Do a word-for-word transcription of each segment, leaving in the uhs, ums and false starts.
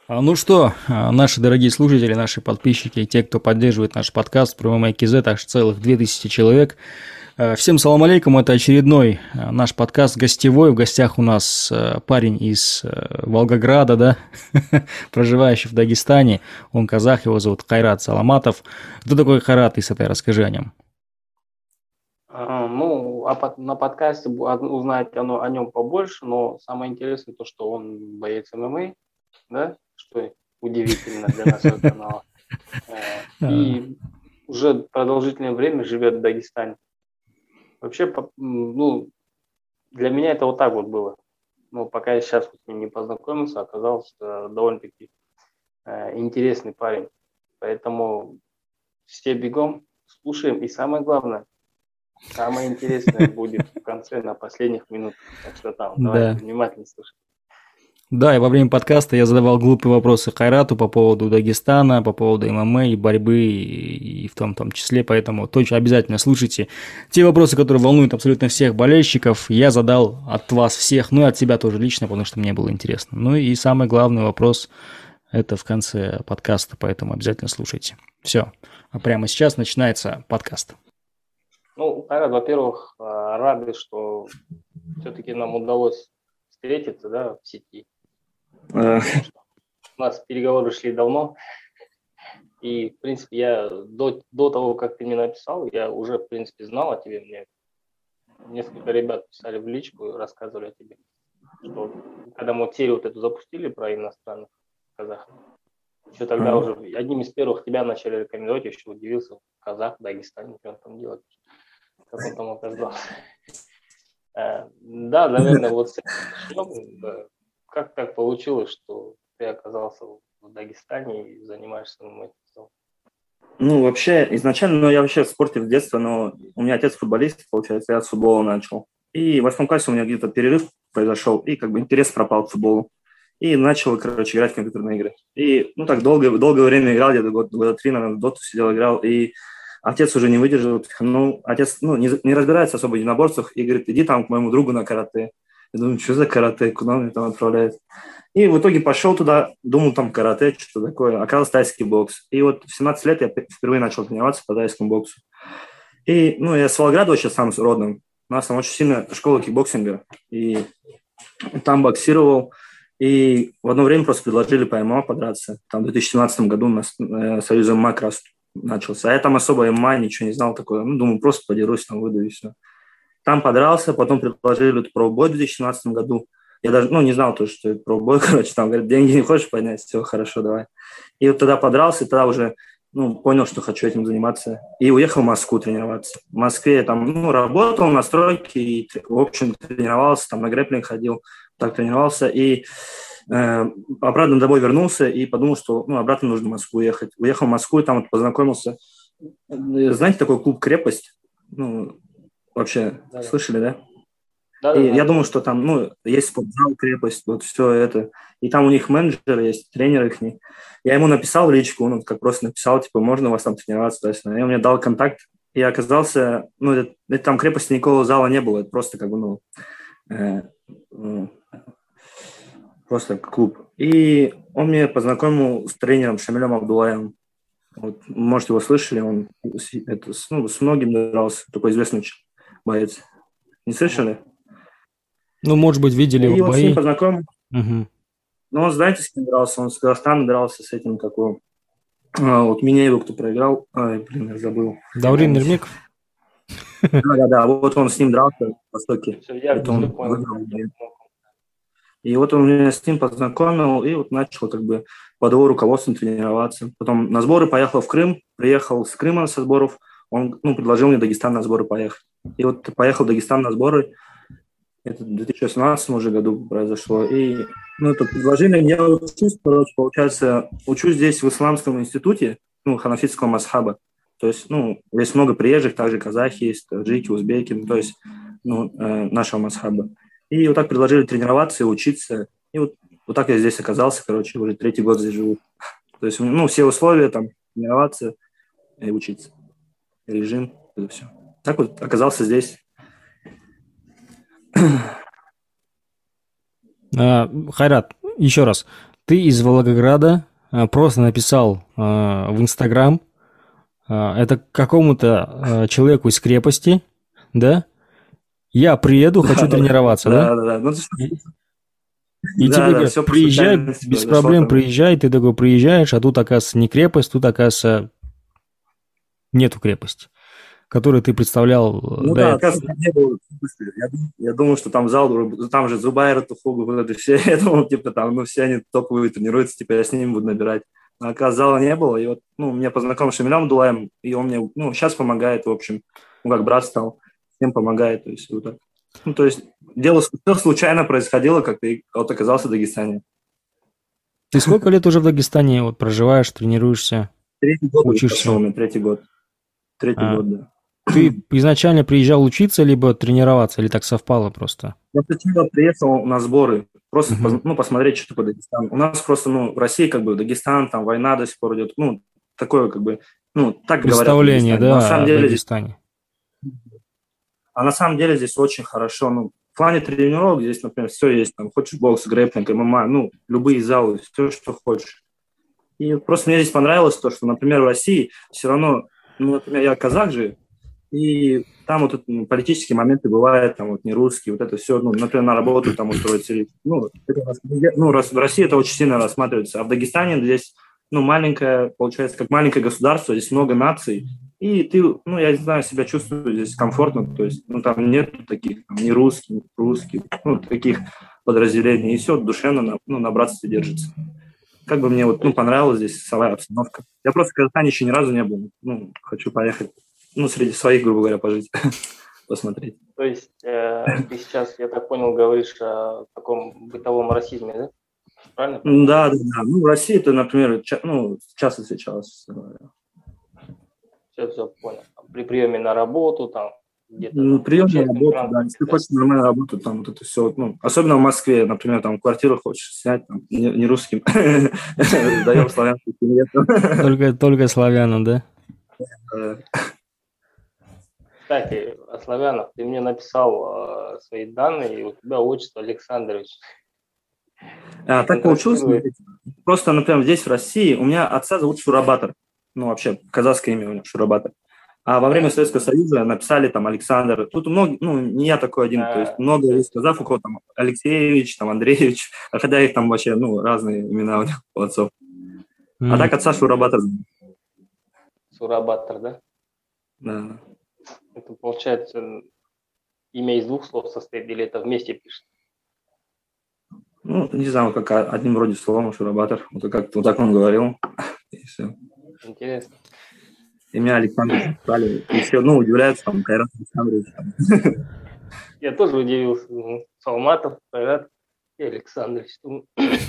А, Ну что, а, наши дорогие слушатели, наши подписчики и те, кто поддерживает наш подкаст про ММА Кз, аж целых две тысячи человек. Э, Всем салам алейкум, это очередной э, наш подкаст гостевой. В гостях у нас э, парень из э, Волгограда, да, проживающий в Дагестане. Он казах, его зовут Хайрат Саламатов. Кто такой Хайрат, Исатай, расскажи о нем. А, Ну, а под- на подкасте бу- од- узнаете оно, о нем побольше, но самое интересное то, что он боец ММА, да, что удивительно для нашего канала. Э, Э, И уже продолжительное время живет в Дагестане. Вообще, по- м, ну, для меня это вот так вот было. Ну, пока я сейчас вот с ним не познакомился, оказался э, довольно-таки э, интересный парень. Поэтому все бегом слушаем. И самое главное, самое интересное будет в конце, на последних минутах. Так что там, давайте Да. внимательно слушать. Да, и во время подкаста я задавал глупые вопросы Хайрату по поводу Дагестана, по поводу ММА и борьбы, и, и в том, том числе, поэтому точно обязательно слушайте. Те вопросы, которые волнуют абсолютно всех болельщиков, я задал от вас всех, ну и от себя тоже лично, потому что мне было интересно. Ну и самый главный вопрос, это в конце подкаста, поэтому обязательно слушайте. Все, а прямо сейчас начинается подкаст. Ну, Айрат, во-первых, э, рады, что все-таки нам удалось встретиться, да, в сети, Э, потому что у нас переговоры шли давно, и, в принципе, я до, до того, как ты мне написал, я уже, в принципе, знал о тебе. Мне несколько ребят писали в личку и рассказывали о тебе, что когда мы вот серию вот эту запустили про иностранных казахов, еще тогда а, уже одним из первых тебя начали рекомендовать, я еще удивился, казах, Дагестане, что он там делает, как он там оказался. Э, Да, наверное, вот с этого начнем. Да. Как так получилось, что ты оказался в Дагестане и занимаешься ММА? Ну, вообще, изначально, ну, я вообще в спорте с детства, но у меня отец футболист, получается, я с футбола начал. И в восьмом классе у меня где-то перерыв произошел, и как бы интерес пропал к футболу. И начал, короче, играть в компьютерные игры. И, ну, так долгое, долгое время играл, где-то год, года три, наверное, в доту сидел, играл. И отец уже не выдержал. Ну, отец, ну, не, не разбирается особо в единоборствах и говорит, иди там к моему другу на карате. Я думаю, что за карате, куда он меня там отправляет? И в итоге пошел туда, думал, там карате, что такое. Оказалось, тайский бокс. И вот в семнадцать лет я впервые начал тренироваться по тайскому боксу. И, ну, я с Волгограда вообще сам родом. У нас там очень сильная школа кикбоксинга. И там боксировал. И в одно время просто предложили по ММА подраться. Там в две тысячи семнадцатом году у нас э, союз ММА как раз начался. А я там особо ММА ничего не знал такое. Ну, думаю, просто подерусь, там выйду и все. Там подрался, потом предложили этот пробой в две тысячи семнадцатом году. Я даже, ну, не знал тоже, что это пробой, короче, там, говорят, деньги не хочешь поднять, все, хорошо, давай. И вот тогда подрался, и тогда уже, ну, понял, что хочу этим заниматься. И уехал в Москву тренироваться. В Москве я там, ну, работал на стройке, и, в общем, тренировался, там, на грэпплинг ходил, так тренировался, и э, обратно домой вернулся, и подумал, что, ну, обратно нужно в Москву ехать. Уехал в Москву, и там вот познакомился. Знаете, такой клуб «Крепость»? Ну, вообще, Да, да. слышали, да? Да, И да, я знаю, думал, знаю. что там, ну, есть спортзал, крепость, вот все это. И там у них менеджер есть, тренер их. Я ему написал в личку, он вот как просто написал, типа, можно у вас там тренироваться, то есть, и он мне дал контакт. И оказался, ну, это, это там крепости никакого зала не было, это просто как бы, ну, э, ну, просто клуб. И он мне познакомил с тренером Шамилем Абдулаевым. Вот, может, его слышали, он с, это, с, ну, с многим дрался, такой известный ч- боец. Не Мгм. слышали? Ну, может быть, видели его И вот с ним бои. познакомился. Мгм. Ну, он, знаете, с кем дрался? Он с Казахстаном дрался с этим, какой. А, вот Минееву, кто проиграл. Ай, блин, я забыл Даурин вспомнить. Нурмеков? Да-да-да, вот он с ним дрался в Востоке. Все, я Это все он понял. выиграл. И вот он меня с ним познакомил, и вот начал как бы под его руководством тренироваться. Потом на сборы поехал в Крым, приехал с Крыма со сборов, он, ну, предложил мне в Дагестан на сборы поехать. И вот поехал в Дагестан на сборы, это в две тысячи восемнадцатом уже году произошло. И, ну, это предложение, я учусь, короче, получается, учусь здесь в Исламском институте, ну, ханафитского масхаба. То есть, ну, здесь много приезжих, также казахи есть, таджики, узбеки, ну, то есть, ну, э, нашего масхаба. И вот так предложили тренироваться и учиться. И вот, вот так я здесь оказался, короче, уже третий год здесь живу. То есть, ну, все условия там, тренироваться и учиться. Режим, это все. Так вот оказался здесь. А, Хайрат, еще раз. ты из Волгограда э, просто написал э, в Инстаграм э, это какому-то э, человеку из крепости, да? Я приеду, хочу тренироваться, да? Да, да, да. Ну, это что- И, и да, тебе да, говорят, все по приезжай, случайности без произошло проблем там. приезжай, ты такой приезжаешь, а тут, оказывается, не крепость, тут, оказывается, нету крепости, которую ты представлял э, Ну до да, этого. оказывается, не было. Я, дум- я думал, что там зал, там же Зубайра, Туфугу, вот это все. Я думал, типа, там, ну, все они топовые тренируются, типа, я с ними буду набирать. А оказывается, зала не было, и вот, ну, меня познакомил с Шамилем Дулаем, и он мне, ну, сейчас помогает, в общем, ну, как брат стал, всем помогает, то есть, вот так. Ну, то есть, дело все случайно происходило, как ты вот оказался в Дагестане. Ты сколько лет уже в Дагестане вот проживаешь, тренируешься, Третий год уже пошел у учишься? меня, третий год. Третий А, год, да. ты изначально приезжал учиться, либо тренироваться, или так совпало просто? Я сначала приехал на сборы, просто Мгм. поз- ну, посмотреть, что такое Дагестан. У нас просто, ну, в России как бы Дагестан, там война до сих пор идет, ну, такое как бы, ну, так говорят о Представление, Дагестане. Но на да, самом о деле здесь, Дагестане. а на самом деле здесь очень хорошо, ну, в плане тренировок здесь, например, все есть, там, хочешь бокс, грэпплинг, ММА, ну, любые залы, все, что хочешь. И просто мне здесь понравилось то, что, например, в России все равно, ну, например, я казах же, и там вот это, ну, политические моменты бывают, там вот не русские, вот это все, ну, например, на работу там устроить. или- Ну, это, рас- ну, рас- в России это очень сильно рассматривается, а в Дагестане здесь, ну, маленькое, получается, как маленькое государство, здесь много наций, и ты, ну, я не знаю, себя чувствую здесь комфортно, то есть, ну, там нет таких, там, ни русских, ни русских, ну, таких подразделений, и все душевно, на, ну, на братстве держится. Как бы мне вот, ну, понравилась здесь самая обстановка. Я просто в Казахстане еще ни разу не был, ну, хочу поехать, ну, среди своих, грубо говоря, пожить, посмотреть. То есть э, ты сейчас, я так понял, говоришь о таком бытовом расизме, да? Правильно М, понимаю? Да, да, да. Ну, в России это, например, ча- ну, часто сейчас. Все, все понял. Там, при приеме на работу, там, где-то м, там, в Прием на общественном работу, да. транспорте, Если ты да? хочешь нормальную работу, там вот это все, ну, особенно в Москве, например, там квартиру хочешь снять, там, не, не русским, сдаем славянский билет. Только, только славянам, да? Э, Кстати, о славянах. Ты мне написал э, свои данные, и у тебя отчество Александрович. А, так получилось, Контрастирует. смотрите. Просто, например, здесь, в России, у меня отца зовут Шурабатор. Ну, вообще, казахское имя у него Шурабатор. А во время Советского Союза написали там Александр. Тут много, ну, не я такой один, то есть А, много то есть есть, казахов, у кого там Алексеевич, там Андреевич, а хотя их там вообще, ну, разные имена у них, у отцов. А М. так отца Шурабатор. Сурабатор, да? Да. Это получается имя из двух слов состоит, или это вместе пишет? Ну, не знаю, как одним вроде словом Шурабатор. Вот как вот так он говорил. И все. Интересно. И меня Александр стали. И все, ну, удивляются, там, Кайрат Александрович. Там. Я тоже удивился. Думаю, Салматов, Кайрат и Александрович. Думаю,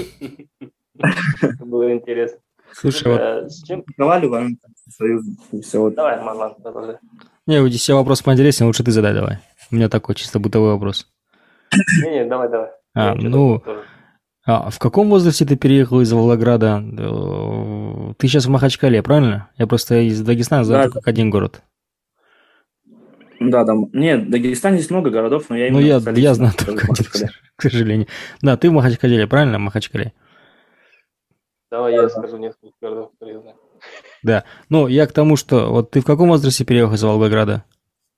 это было интересно. Слушай, вот Э, С чем? Ковали во время Союза. И все. Вот. Давай, Марлан, продолжай. не, у тебя вопрос поинтереснее, лучше ты задай давай. У меня такой чисто бытовой вопрос. Не-не, давай, давай. А, Я что-то ну, тоже. а в каком возрасте ты переехал из Волгограда? Э, Ты сейчас в Махачкале, правильно? Я просто из Дагестана знаю Да, только как один город. да, да. Нет, в Дагестане здесь много городов, но я Ну, именно я, в столице. я знаю нахожусь, только в один, Махачкале. к сожалению. Да, ты в Махачкале, правильно? В Махачкале. Давай я скажу несколько городов, которые я знаю. Да. Ну, я к тому, что вот ты в каком возрасте переехал из Волгограда?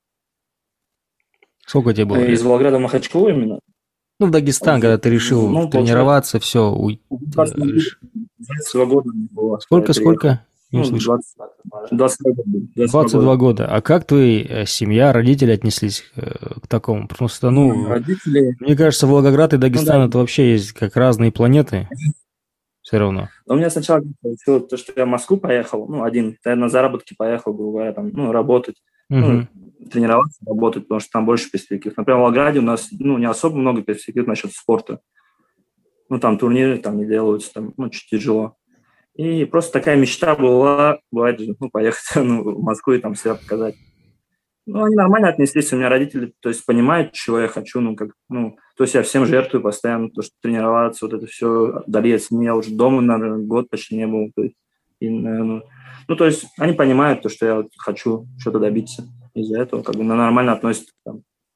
Сколько тебе было Из лет? Волгограда в Махачкалу именно? Ну, в Дагестан, когда ты решил Ну, тренироваться, все. двадцать два года мне было, когда Сколько, я переехал. сколько? Не Ну, услышал. двадцать, двадцать два года. двадцать два года. А как твои э, семья, родители отнеслись э, к такому? Потому что, ну, Родители, мне кажется, Волгоград и ну Дагестан да. это вообще есть как разные планеты. Все равно. Но у меня сначала получилось то, что я в Москву поехал, ну, один, я на заработки поехал, грубо говоря, там, ну, работать, ну, Мгм. тренироваться, работать, потому что там больше перспектив. Например, в Волгограде у нас, ну, не особо много перспектив насчет спорта. Ну, там турниры там не делаются, там, ну, чуть тяжело. И просто такая мечта была, бывает, ну, поехать ну, в Москву и там себя показать. Ну, они нормально отнеслись, у меня родители, то есть, понимают, чего я хочу, ну, как, ну, то есть я всем жертвую постоянно, то, что тренироваться, вот это все, вдали от семьи, я уже дома, наверное, год почти не был, то есть, и, наверное, ну, то есть, они понимают то, что я вот хочу что-то добиться из-за этого, как бы, на нормально относятся, там,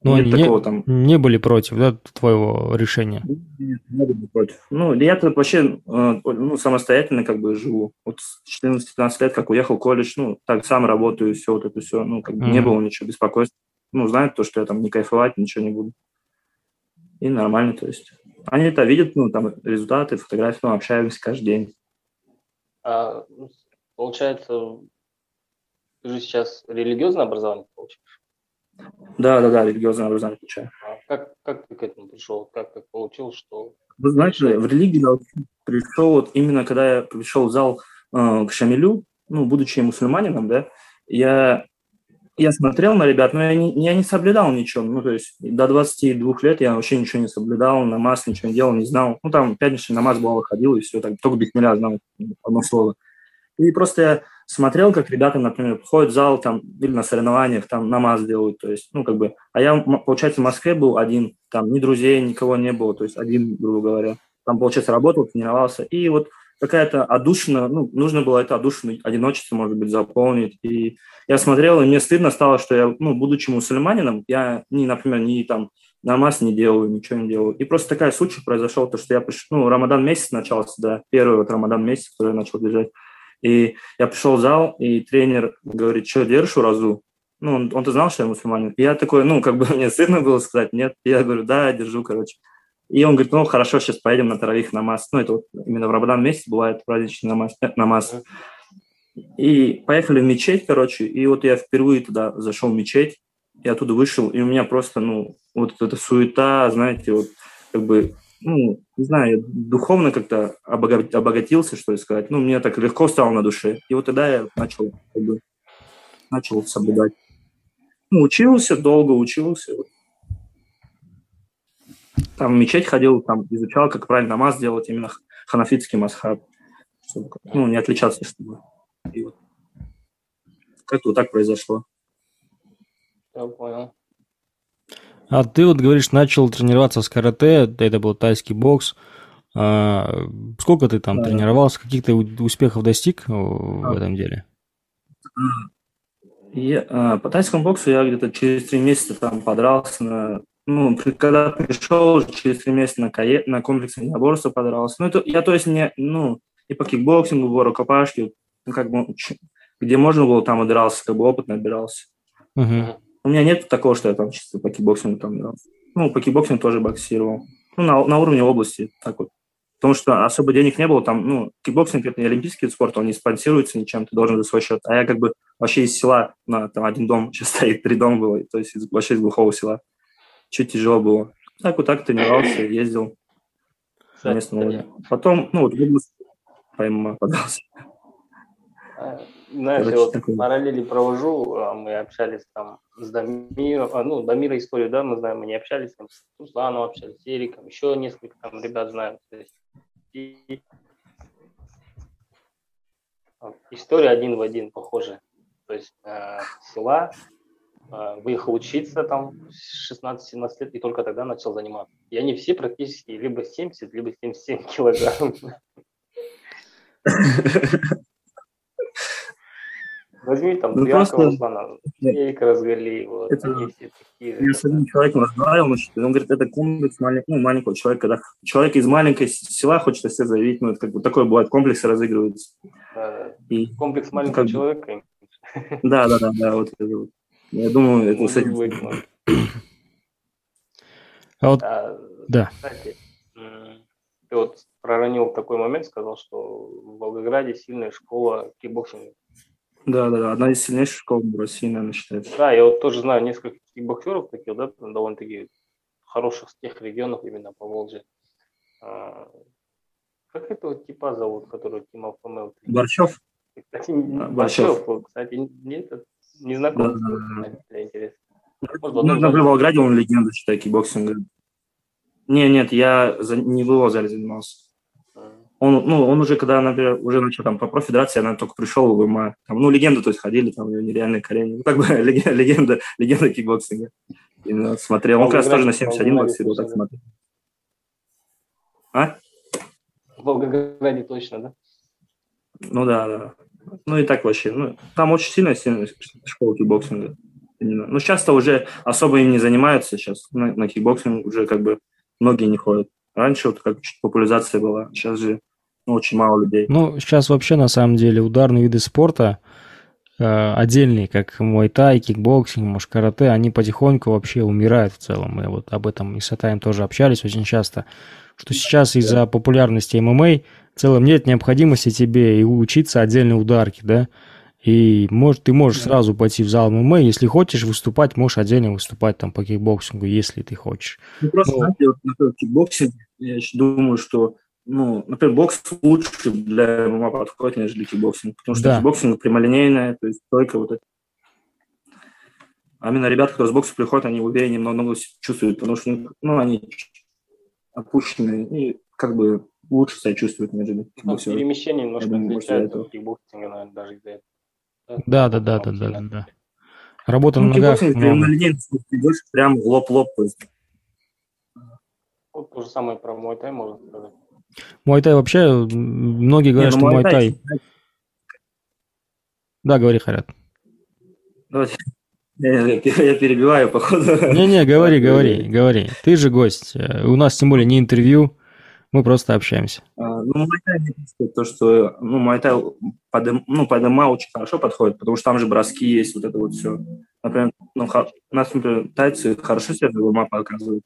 Но Нет они не, такого там. не были против, да, твоего решения? Нет, не были против. Ну, я тут вообще э, ну, самостоятельно как бы живу. Вот с четырнадцати-пятнадцати лет, как уехал в колледж, ну, так сам работаю, все вот это все. Ну, как бы не Мгм. было ничего беспокойства. Ну, знают то, что я там не кайфовать, ничего не буду. И нормально, то есть. Они это видят, ну, там, результаты, фотографии, ну, общаемся каждый день. А, ну, получается, ты же сейчас религиозное образование получаешь? Да, да, да, религиозное образование получаю. А как, как ты к этому пришел? Как так получилось, что Вы ты знаете, решил? в религию я пришел вот именно когда я пришел в зал э, к Шамилю, ну, будучи мусульманином, да, я, я смотрел на ребят, но я не, я не соблюдал ничего. Ну, то есть до двадцати двух лет я вообще ничего не соблюдал, намаз ничего не делал, не знал. Ну, там пятничный намаз бывало ходил, и все, так, только бисмилля знал, одно слово. И просто я смотрел, как ребята, например, приходят в зал там, или на соревнованиях, там намаз делают, то есть, ну, как бы, а я, м- получается, в Москве был один, там ни друзей, никого не было, то есть один, грубо говоря. Там, получается, работал, тренировался, и вот какая-то отдушина, ну, нужно было это отдушину, одиночество, может быть, заполнить. И я смотрел, и мне стыдно стало, что я, ну, будучи мусульманином, я, ни, например, ни там намаз не делаю, ничего не делаю. И просто такая случай произошел, то, что я пришел, ну, Рамадан месяц начался, да, первый вот Рамадан месяц, который я начал бежать. И я пришел в зал, и тренер говорит, что, держишь уразу? Ну, он, он-то знал, что я мусульманин. И я такой, ну, как бы мне стыдно было сказать, нет. И я говорю, да, держу, короче. И он говорит, ну, хорошо, сейчас поедем на таравих намаз. Ну, это вот именно в Рамадан месяц бывает праздничный намаз. э, намаз. И поехали в мечеть, короче, и вот я впервые туда зашел в мечеть, и оттуда вышел, и у меня просто, ну, вот эта суета, знаете, вот, как бы, ну, не знаю, я духовно как-то обога- обогатился, что ли, сказать. Ну, мне так легко стало на душе. И вот тогда я начал, как бы, начал соблюдать. Ну, учился, долго учился. Там в мечеть ходил, там изучал, как правильно намаз делать, именно х- ханафитский масхаб, чтобы, ну, не отличаться, чтобы. И вот как-то вот так произошло. Я понял. А ты вот говоришь, начал тренироваться с карате, это был тайский бокс. А, сколько ты там Да. тренировался, каких ты у- успехов достиг э, в А, этом деле? И, а, по тайскому боксу я где-то через три месяца там подрался на... Ну, при- когда пришел, через три месяца на, кае, на комплексное единоборство подрался. Ну, это, я, то есть, не, ну, и по кикбоксингу, по рукопашке, ну, как бы, ч- где можно было, там и дрался, как бы опыт набирался. Мгм. Мгм. У меня нет такого, что я там чисто по кикбоксингу там дрался. Ну, по кикбоксингу тоже боксировал. Ну, на, на уровне области, так вот. Потому что особо денег не было, там, ну, кикбоксинг – это не олимпийский вид спорта, он не спонсируется ничем, ты должен за свой счет. А я как бы вообще из села, на, там один дом, сейчас стоит, три дома было, то есть из, вообще из глухого села. Чуть тяжело было. Так вот так тренировался, ездил на местном Кстати, уровне. Потом, ну, вот в область по ММА подался. а, знаешь, я Короче, вот такой. параллели провожу, а, мы общались там с Дамиром, а, ну, Дамира историю, да, мы знаем, мы не общались, там, с Русланом общались, с Эриком, еще несколько там ребят знаем. То есть, и, а, история один в один похожа. То есть э, с села э, выехал учиться там с шестнадцати-семнадцати лет и только тогда начал заниматься. И они все практически либо семьдесят, либо семьдесят семь килограмм. Возьми там Ну, Твиакова просто Руслана, нет, Эрика Разгалиева, вот, это они все такие же. я с Это, одним человеком разговаривал, он говорит, это комплекс малень- ну, маленького человека, когда человек из маленькой с- села хочет о себе заявить, ну, это как бы такое бывает, комплексы разыгрываются. да, И, комплекс ну, маленького как бы, человека, да, да, да, да, вот это вот. Я думаю, это с может этим быть, связано. может. А вот, А, да. кстати, м, ты вот проронил такой момент, сказал, что в Волгограде сильная школа кикбоксинга. Да, да, да, одна из сильнейших школ в России, наверное, считается. Да, я вот тоже знаю несколько кикбоксеров таких, да, там довольно-таки хороших с тех регионов, именно по Волжье. А, как этого типа зовут, который Team of эм эл тренирует? Борщев? Кстати, А, Борщев. Борщев, вот, кстати, нет, не Да, знаком да, с ним, да. кстати, для интереса. Может, в Ну, одном например, зале в с ним Волгограде он тренирует. легенда, считай, кикбоксинга. Не, нет, я за, не в его зале занимался. М. Он, ну, он уже, когда, например, уже начал там по профедерации, она только пришел в ММА. Там, ну, легенды, то есть, ходили, там, у него нереальные колени. Ну, как бы легенда, легенда, легенда кикбоксинга. Именно смотрел. В Он как раз тоже Волгограде, на в семьдесят один Волгограде боксировал, точно, так да? смотрел. А? В Волгограде точно, да? Ну, да, да. Ну, и так вообще. Ну, там очень сильная, сильная школа кикбоксинга. именно. Ну, сейчас-то уже особо им не занимаются, сейчас на, на кикбоксинг уже как бы многие не ходят. Раньше вот как чуть популяризация была, сейчас же ну, очень мало людей. Ну, сейчас вообще, на самом деле, ударные виды спорта э, отдельные, как муай-тай, кикбоксинг, может, карате, они потихоньку вообще умирают в целом. Мы вот об этом и с Атаем тоже общались очень часто, что сейчас из-за популярности эм эм а в целом нет необходимости тебе и учиться отдельной ударке, да, и может, ты можешь сразу пойти в зал эм эм а, если хочешь выступать, можешь отдельно выступать там по кикбоксингу, если ты хочешь. Ну, просто, Ну, знаете, вот, например, кикбоксинг, я еще думаю, что, ну, например, бокс лучше для эм эм а подходит, нежели кикбоксинг, потому что да, кикбоксинг прямолинейная, то есть только вот это. А именно ребята, кто с бокса приходят, они увереннее много чувствуют, потому что, ну, они опущенные и как бы лучше себя чувствуют, нежели Там кикбоксеры. перемещение Я немножко думаю, после отличается этого. от кикбоксинга, наверное, даже из-за этого. да, да, Работа да, да, там да, сильно да, да. отличается. Работы на Ну, ногах кикбоксинг много. прямолинейный, ты идешь прям в лоб-лоб, то есть. Вот то же самое про муай-тай можно сказать. Муай-тай вообще, м, многие Не, говорят, ну, что муай-тай, муай-тай... Да, говори, Харят. давайте, я, я перебиваю, походу. Не-не, говори, Ладно, вы говори, говорите. говори. Ты же гость. Э, У нас тем более не интервью, мы просто общаемся. А, ну, муай-тай, мне кажется, то, что, ну, муай-тай под, эм- ну, под эм эм а очень хорошо подходит, потому что там же броски есть, вот это вот все. Например, ну, ха- у нас, например, тайцы хорошо себя в эм эм а показывают.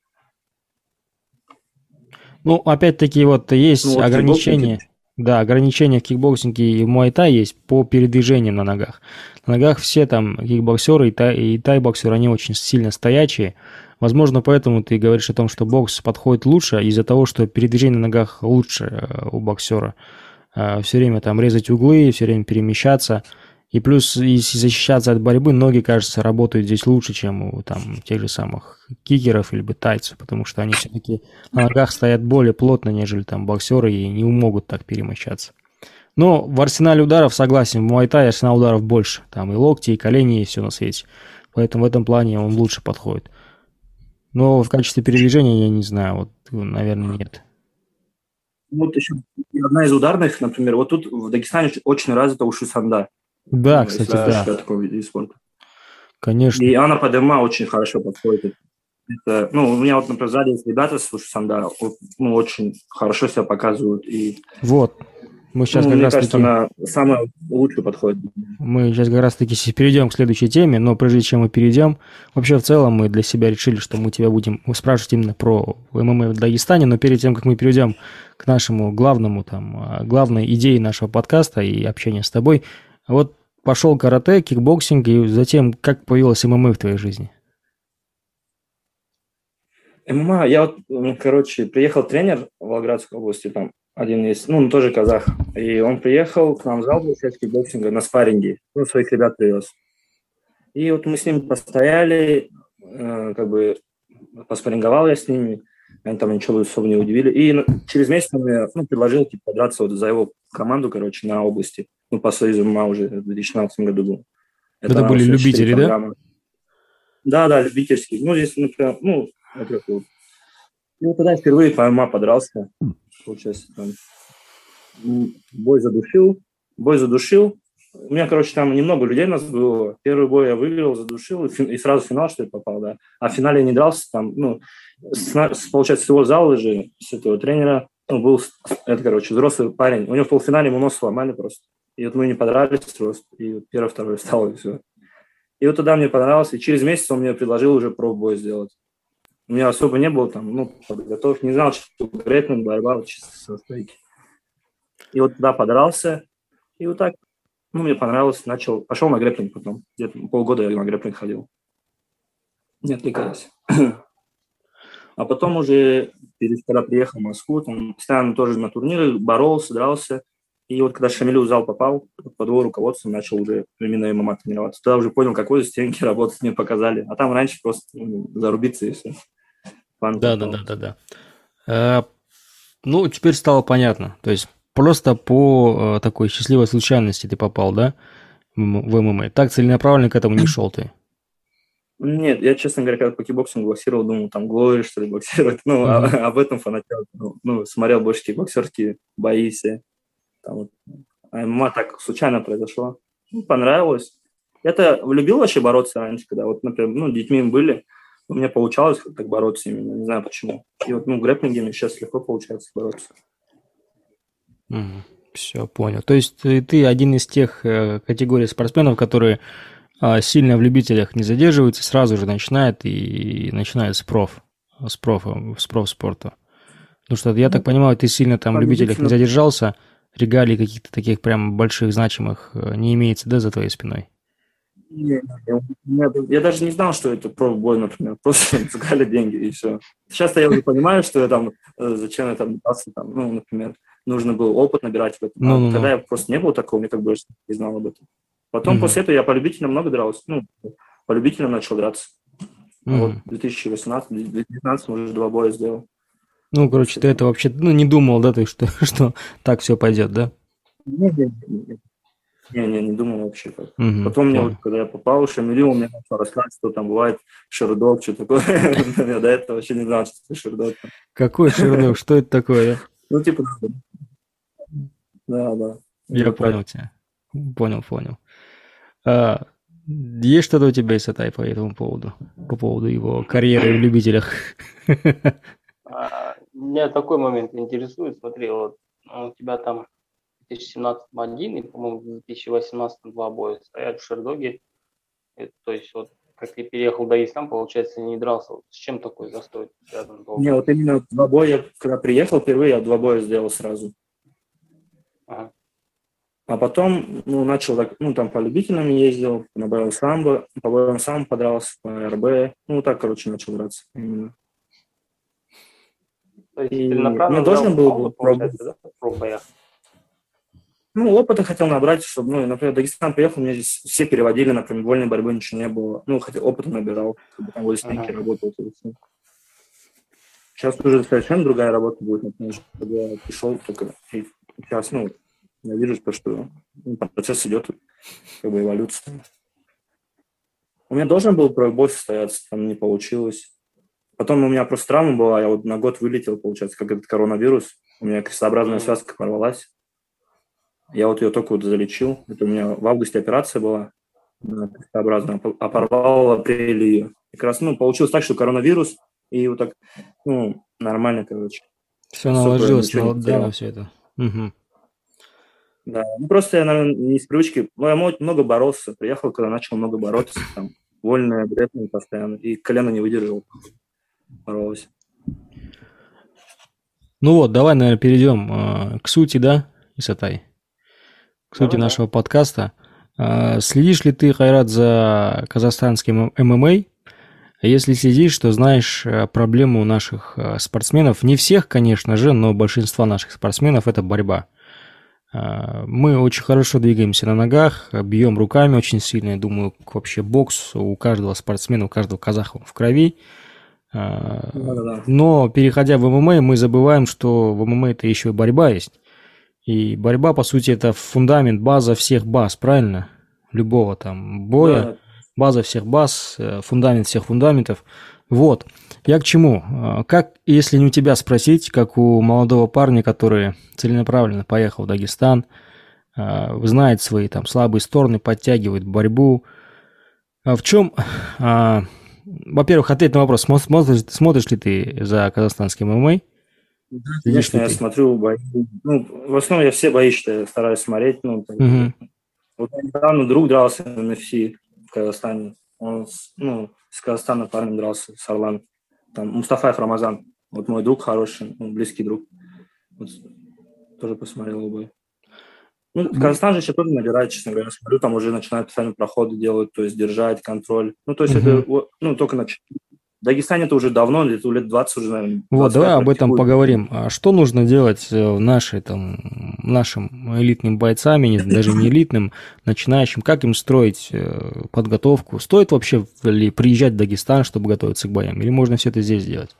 Ну, опять-таки, вот Ну, есть вот кикбоксинг, ограничения. Да, ограничения в кикбоксинге и в муай-тай есть по передвижению на ногах. На ногах все там кикбоксеры и, тай, и тай-боксеры, они очень сильно стоячие. Возможно, поэтому ты говоришь о том, что бокс подходит лучше из-за того, что передвижение на ногах лучше э, у боксера. Все время там резать углы, все время перемещаться. И плюс, если защищаться от борьбы, ноги, кажется, работают здесь лучше, чем у там, тех же самых кикеров или бы тайцев, потому что они все-таки на ногах стоят более плотно, нежели там боксеры, и не могут так перемещаться. Но в арсенале ударов, согласен, в муай-тай арсенал ударов больше. Там и локти, и колени, и все на свете. Поэтому в этом плане он лучше подходит. Но в качестве передвижения я не знаю, вот, наверное, нет. вот еще одна из ударных, например, вот тут в Дагестане очень развита уши-санда. Да, Ну, если кстати, слышишь да, о таком виде спорта. конечно. И она под эм эм а очень хорошо подходит. Это, ну, у меня вот, например, сзади есть ребята с уши-санда, вот, ну, очень хорошо себя показывают. И, Вот, мы сейчас ну, как мне кажется, раз-таки... она самая лучшая подходит. Мы сейчас как раз-таки перейдем к следующей теме, но прежде чем мы перейдем, вообще в целом мы для себя решили, что мы тебя будем спрашивать именно про эм эм а в Дагестане, но перед тем, как мы перейдем к нашему главному, там, главной идее нашего подкаста и общения с тобой, вот пошел карате, кикбоксинг, и затем как появилось эм эм а в твоей жизни? эм эм а, я вот, ну, короче, приехал тренер в Волгоградской области, там один есть, ну, он тоже казах, и он приехал к нам в зал получать кикбоксинга на спарринге, ну, своих ребят привез. И вот мы с ним постояли, э, как бы поспарринговал я с ними, они там ничего особо не удивили. И ну, через месяц он мне ну, предложил типа, подраться вот за его команду, короче, на области. Ну, по союзу эм эм а уже в две тысячи шестнадцатом году был. Это были восемьдесят четыре любители, да? килограмма. Да, да, любительский. Ну, здесь, например, ну, например, вот. И вот тогда я впервые по эм эм а подрался. Получается, там, бой задушил, бой задушил. У меня, короче, там немного людей у нас было. Первый бой я выиграл, задушил, и, фин, и сразу в финал, что ли, попал, да. А в финале я не дрался, там, ну, с, с, получается, с его зала же, с этого тренера, ну, был, это, короче, взрослый парень. У него в полуфинале ему нос сломали просто. И вот мы не подрались просто, и вот первый, второй встал, и все. И вот тогда мне понравилось, и через месяц он мне предложил уже пробой сделать. У меня особо не было там, ну, подготовки, не знал, что грэпплинг, борьба, вот чисто со стойки. И вот тогда подрался, и вот так, ну, мне понравилось, начал, пошел на грэпплинг потом, где-то полгода я на грэпплинг ходил, не отвлекаясь. А потом уже, когда приехал в Москву, там постоянно тоже на турниры боролся, дрался, и вот когда Шамилю в зал попал, под его руководством начал уже именно эм эм а тренироваться. Тогда уже понял, какой стенки работать мне показали, а там раньше просто ну, зарубиться и все. Фан Да, да, попал. да, да, да. А, ну, теперь стало понятно. То есть просто по э, такой счастливой случайности ты попал, да, в эм эм а. Так целенаправленно к этому не шел ты. Нет, я, честно говоря, когда по кикбоксингу боксировал, думал, там, Глори, что ли, боксировать. Ну, Мгм. а, об этом фанател. Ну, ну, смотрел больше кикбоксерские бои все. Там вот. А эм эм а так случайно произошло. Ну, понравилось. Я-то любил вообще бороться раньше, когда вот, например, ну, детьми были, у меня получалось так бороться именно, не знаю почему. И вот, ну, в грэпплинге мне сейчас легко получается бороться. Угу. Все, понял. То есть ты, ты один из тех э, категорий спортсменов, которые э, сильно в любителях не задерживаются, сразу же начинают и начинают с проф, с профа, с профспорта. Потому что, я так понимаю, ты сильно там в любителях не задержался, регалий каких-то таких прям больших, значимых э, не имеется, да, за твоей спиной? Не, не, я, я даже не знал, что это профбой, например. Просто цикали деньги и все. Сейчас я уже понимаю, что я там, зачем я там, там, ну, например, нужно было опыт набирать в этом. Ну, а ну, когда ну. я просто не было такого, мне как бы не знал об этом. Потом Угу. после этого я по любителям много дрался. Ну, по любителям начал драться. А Угу. вот в две тысячи восемнадцатом - две тысячи девятнадцатом уже два боя сделал. Ну, короче, ты это вообще, ну, не думал, да, ты, что, что так все пойдет, да? Не-не-не. Не-не, не думал вообще как. Угу, Потом мне, вот, когда я попал в Шамилю, у меня начал рассказывать, что там бывает шердог, что такое. Я до этого вообще не знал, что это шердог. Какой шердог? Что это такое? Ну, типа, да, да. Я понял тебя. Понял, понял. А, есть что-то у тебя из Исатай по этому поводу? По поводу его карьеры в любителях? Меня такой момент интересует. Смотри, вот у тебя там в две тысячи семнадцатом один и, по-моему, в две тысячи восемнадцатом два боя стоят в шердоге. Это, то есть, вот как ты переехал в Дагестан, получается, не дрался. Вот с чем такой застой связан был? Не, вот именно два боя, когда приехал впервые, я два боя сделал сразу. Ага. А потом, ну, начал, так, ну, там по любителям ездил, на боевом самбо, по боевому самбо подрался, по эр бэ. Ну, так, короче, начал драться именно. То есть, И целенаправленно мне должен был бы получается, да, в боях? Ну, опыта хотел набрать, чтобы, ну, например, в Дагестан приехал, мне здесь все переводили, например, вольной борьбы ничего не было. Ну, хотел, опыта набирал, чтобы там в стенке uh-huh. работал. Сейчас уже совершенно другая работа будет, например, чтобы я пришел только и сейчас, ну, я вижу, что ну, процесс идет, как бы эволюция. У меня должен был пробой состояться, там не получилось. Потом у меня просто травма была, я вот на год вылетел, получается, как этот коронавирус. У меня крестообразная связка порвалась. Я вот ее только вот залечил. Это у меня в августе операция была крестообразная, а порвал в апреле ее. И как раз, ну, получилось так, что коронавирус, и вот так, ну, нормально, короче. Все наложилось на, да, на все это. Угу. Да, ну просто я, наверное, не с привычки. Ну, я много боролся. Приехал, когда начал много бороться, там, вольная, грэпплинг постоянно, и колено не выдержал. Боролся. Ну вот, давай, наверное, перейдем э, к сути, да, Исатай? К сути да, нашего да. подкаста. Э, следишь ли ты, Хайрат, за казахстанским эм эм а? Если следишь, то знаешь проблему наших спортсменов. Не всех, конечно же, но большинства наших спортсменов – это борьба. Мы очень хорошо двигаемся на ногах, бьем руками очень сильно. Я думаю, вообще бокс у каждого спортсмена, у каждого казаха в крови. Да-да-да. Но, переходя в эм эм а, мы забываем, что в эм эм а это еще и борьба есть. И борьба, по сути, это фундамент, база всех баз, правильно? Любого там боя. Да. База всех баз, фундамент всех фундаментов. Вот. Я к чему? Как, если не у тебя спросить, как у молодого парня, который целенаправленно поехал в Дагестан, знает свои там слабые стороны, подтягивает борьбу. В чем... Во-первых, ответь на вопрос, смотришь, смотришь ли ты за казахстанским эм эм а? Да, конечно, я ты? смотрю бои. Ну, в основном я все бои, что я стараюсь смотреть. Ну, угу. Вот недавно друг дрался на эм эф си в Казахстане. Он, ну, с Казахстана парнем дрался, с Орлан. Там Мустафаев Рамазан. Вот мой друг хороший, ну, близкий друг. Вот, тоже посмотрел его бой. Ну, Казахстан же еще тоже набирает, честно говоря. Смотрю, там уже начинают постоянно проходы делать, то есть держать, контроль. Ну, то есть uh-huh. это, ну, только начать. В Дагестане это уже давно, лет, лет двадцать уже, наверное. Вот, давай об этом поговорим. А что нужно делать нашей, там, нашим элитным бойцам, даже не элитным, начинающим? Как им строить подготовку? Стоит вообще ли приезжать в Дагестан, чтобы готовиться к боям? Или можно все это здесь делать?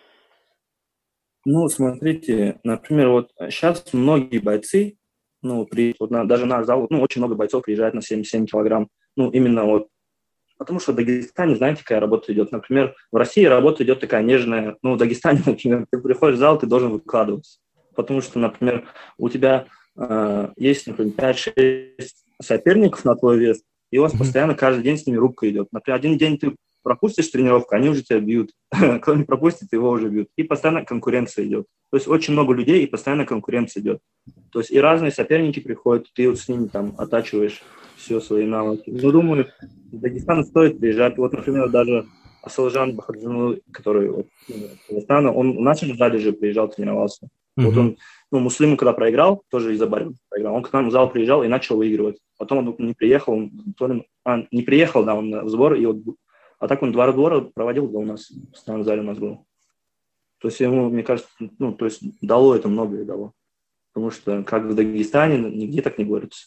Ну, смотрите, например, вот сейчас многие бойцы, ну, при, вот на, даже наш зал, ну, очень много бойцов приезжает на семьдесят семь килограмм. Ну, именно вот, потому что в Дагестане, знаете, какая работа идет. Например, в России работа идет такая нежная. Ну, в Дагестане, например, ты приходишь в зал, ты должен выкладываться. Потому что, например, у тебя э, есть, например, пять-шесть соперников на твой вес, и у вас Мгм. постоянно каждый день с ними рубка идет. Например, один день ты пропустишь тренировку, они уже тебя бьют. Кто не пропустит, его уже бьют. И постоянно конкуренция идет. То есть очень много людей, и постоянно конкуренция идет. То есть и разные соперники приходят, ты вот с ними там оттачиваешь все свои навыки. Ну, думаю, в Дагестан стоит приезжать. Вот, например, даже Асылжан Бахаджану, который вот, ну, из Казахстана, он в нашем зале же приезжал, тренировался. Мгм. Вот он, ну, Муслиму, когда проиграл, тоже из-за борьбы проиграл, он к нам в зал приезжал и начал выигрывать. Потом он не приехал, он, то ли- а, не приехал, да, он в сбор, и вот, а так он два разбора проводил, да, у нас, в постоянном зале у нас был. То есть ему, мне кажется, ну, то есть дало это многое дало. Потому что как в Дагестане, нигде так не борются.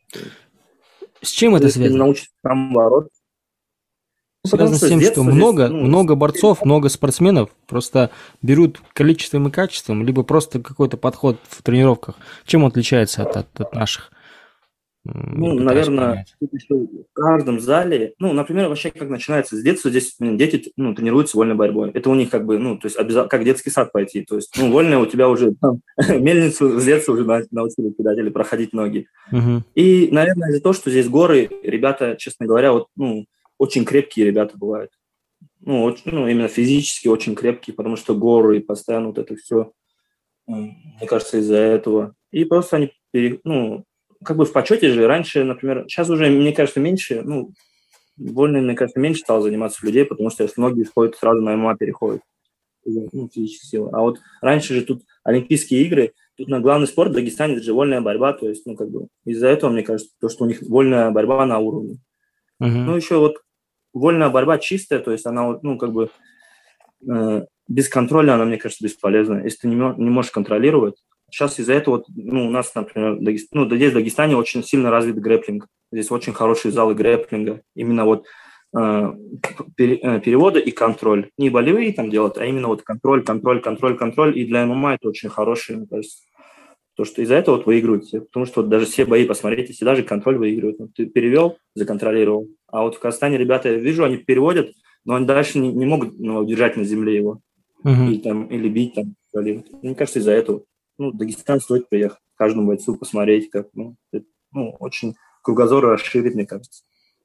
С чем это Если связано? научиться там бороться. Ну, потому Связано с что с тем, что детства много, здесь, ну, много борцов, много спортсменов просто берут количеством и качеством, либо просто какой-то подход в тренировках. Чем он отличается от, от- от наших? М, ну, Я пытаюсь наверное, понять. тут еще в каждом зале, ну, например, вообще как начинается с детства, здесь м, дети, ну, тренируются вольной борьбой. Это у них как бы, ну, то есть обяза- как детский сад пойти. То есть, ну, вольная у тебя уже там, мельницу с детства уже на- научили кидать или проходить ноги. Мгм. И, наверное, из-за того, что здесь горы, ребята, честно говоря, вот, ну, очень крепкие ребята бывают. Ну, очень, ну, именно физически очень крепкие, потому что горы и постоянно вот это все, мне кажется, из-за этого. И просто они, пере- ну, как бы в почете же раньше, например, сейчас уже, мне кажется, меньше, ну, вольно, мне кажется, меньше стало заниматься людей, потому что если многие ходят, сразу на ММА переходят, из-за, ну, физической силы. А вот раньше же тут Олимпийские игры, тут на главный спорт в Дагестане это же вольная борьба, то есть, ну, как бы, из-за этого, мне кажется, то, что у них вольная борьба на уровне. Мгм. Ну, еще вот вольная борьба чистая, то есть она вот, ну, как бы э, без контроля, она, мне кажется, бесполезна. Если ты не, мо- не можешь контролировать. Сейчас из-за этого, вот, ну, у нас, например, в Дагест- ну, здесь в Дагестане очень сильно развит грэпплинг. Здесь очень хорошие залы грэпплинга. Именно вот э, пере- э, переводы и контроль. Не болевые там делают, а именно вот контроль, контроль, контроль, контроль. И для ММА это очень хороший, мне кажется. То, что из-за этого вот выигрывают все. Потому что вот даже все бои, посмотрите, все даже контроль выигрывают. Вот ты перевел, законтролировал. А вот в Казахстане ребята, я вижу, они переводят, но они дальше не, не могут, ну, удержать на земле его. Мгм. И, там, или бить там. Или- Мне кажется, из-за этого. Ну, в Дагестан стоит приехать, каждому бойцу посмотреть, как, ну, это, ну, очень кругозор расширит, мне кажется.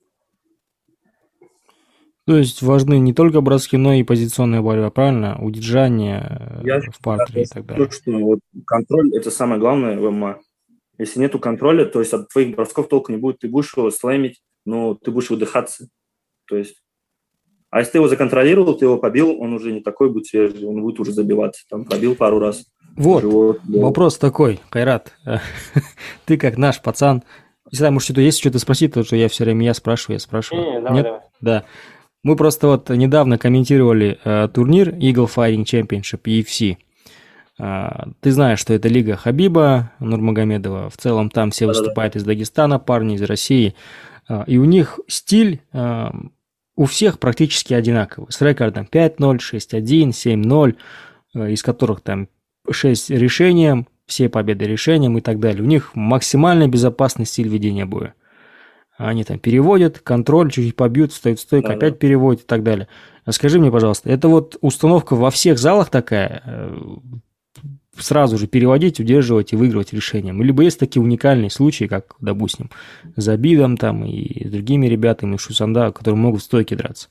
То есть важны не только броски, но и позиционная борьба, правильно? Удержание Я э, в партере и так считаю, далее. что вот контроль – это самое главное в ММА. Если нету контроля, то есть от твоих бросков толку не будет. Ты будешь его слэмить, но ты будешь выдыхаться. То есть, а если ты его законтролировал, ты его побил, он уже не такой будет свежий, он будет уже забиваться. Там пробил пару раз. Вот, Живот, голову. вопрос такой, Кайрат. Ты как наш пацан. Не знаю, может, что-то есть, что-то спросить, потому что я все время я спрашиваю, я спрашиваю. Не, давай, Нет? давай. Да. Мы просто вот недавно комментировали э, турнир Eagle Fighting Championship и эф си. А, ты знаешь, что это лига Хабиба Нурмагомедова. В целом там все Да-да-да. выступают из Дагестана, парни из России. А, и у них стиль а, у всех практически одинаковый. С рекордом пять ноль, шесть один, семь ноль, а, из которых там шесть решением, все победы решением и так далее. У них максимально безопасный стиль ведения боя. Они там переводят, контроль, чуть-чуть побьют, встают в стойку, Да-да. опять переводят и так далее. А скажи мне, пожалуйста, это вот установка во всех залах такая, э, сразу же переводить, удерживать и выигрывать решением? Либо есть такие уникальные случаи, как, допустим, с Забидом там и с другими ребятами, Шусанда, которые могут в стойке драться?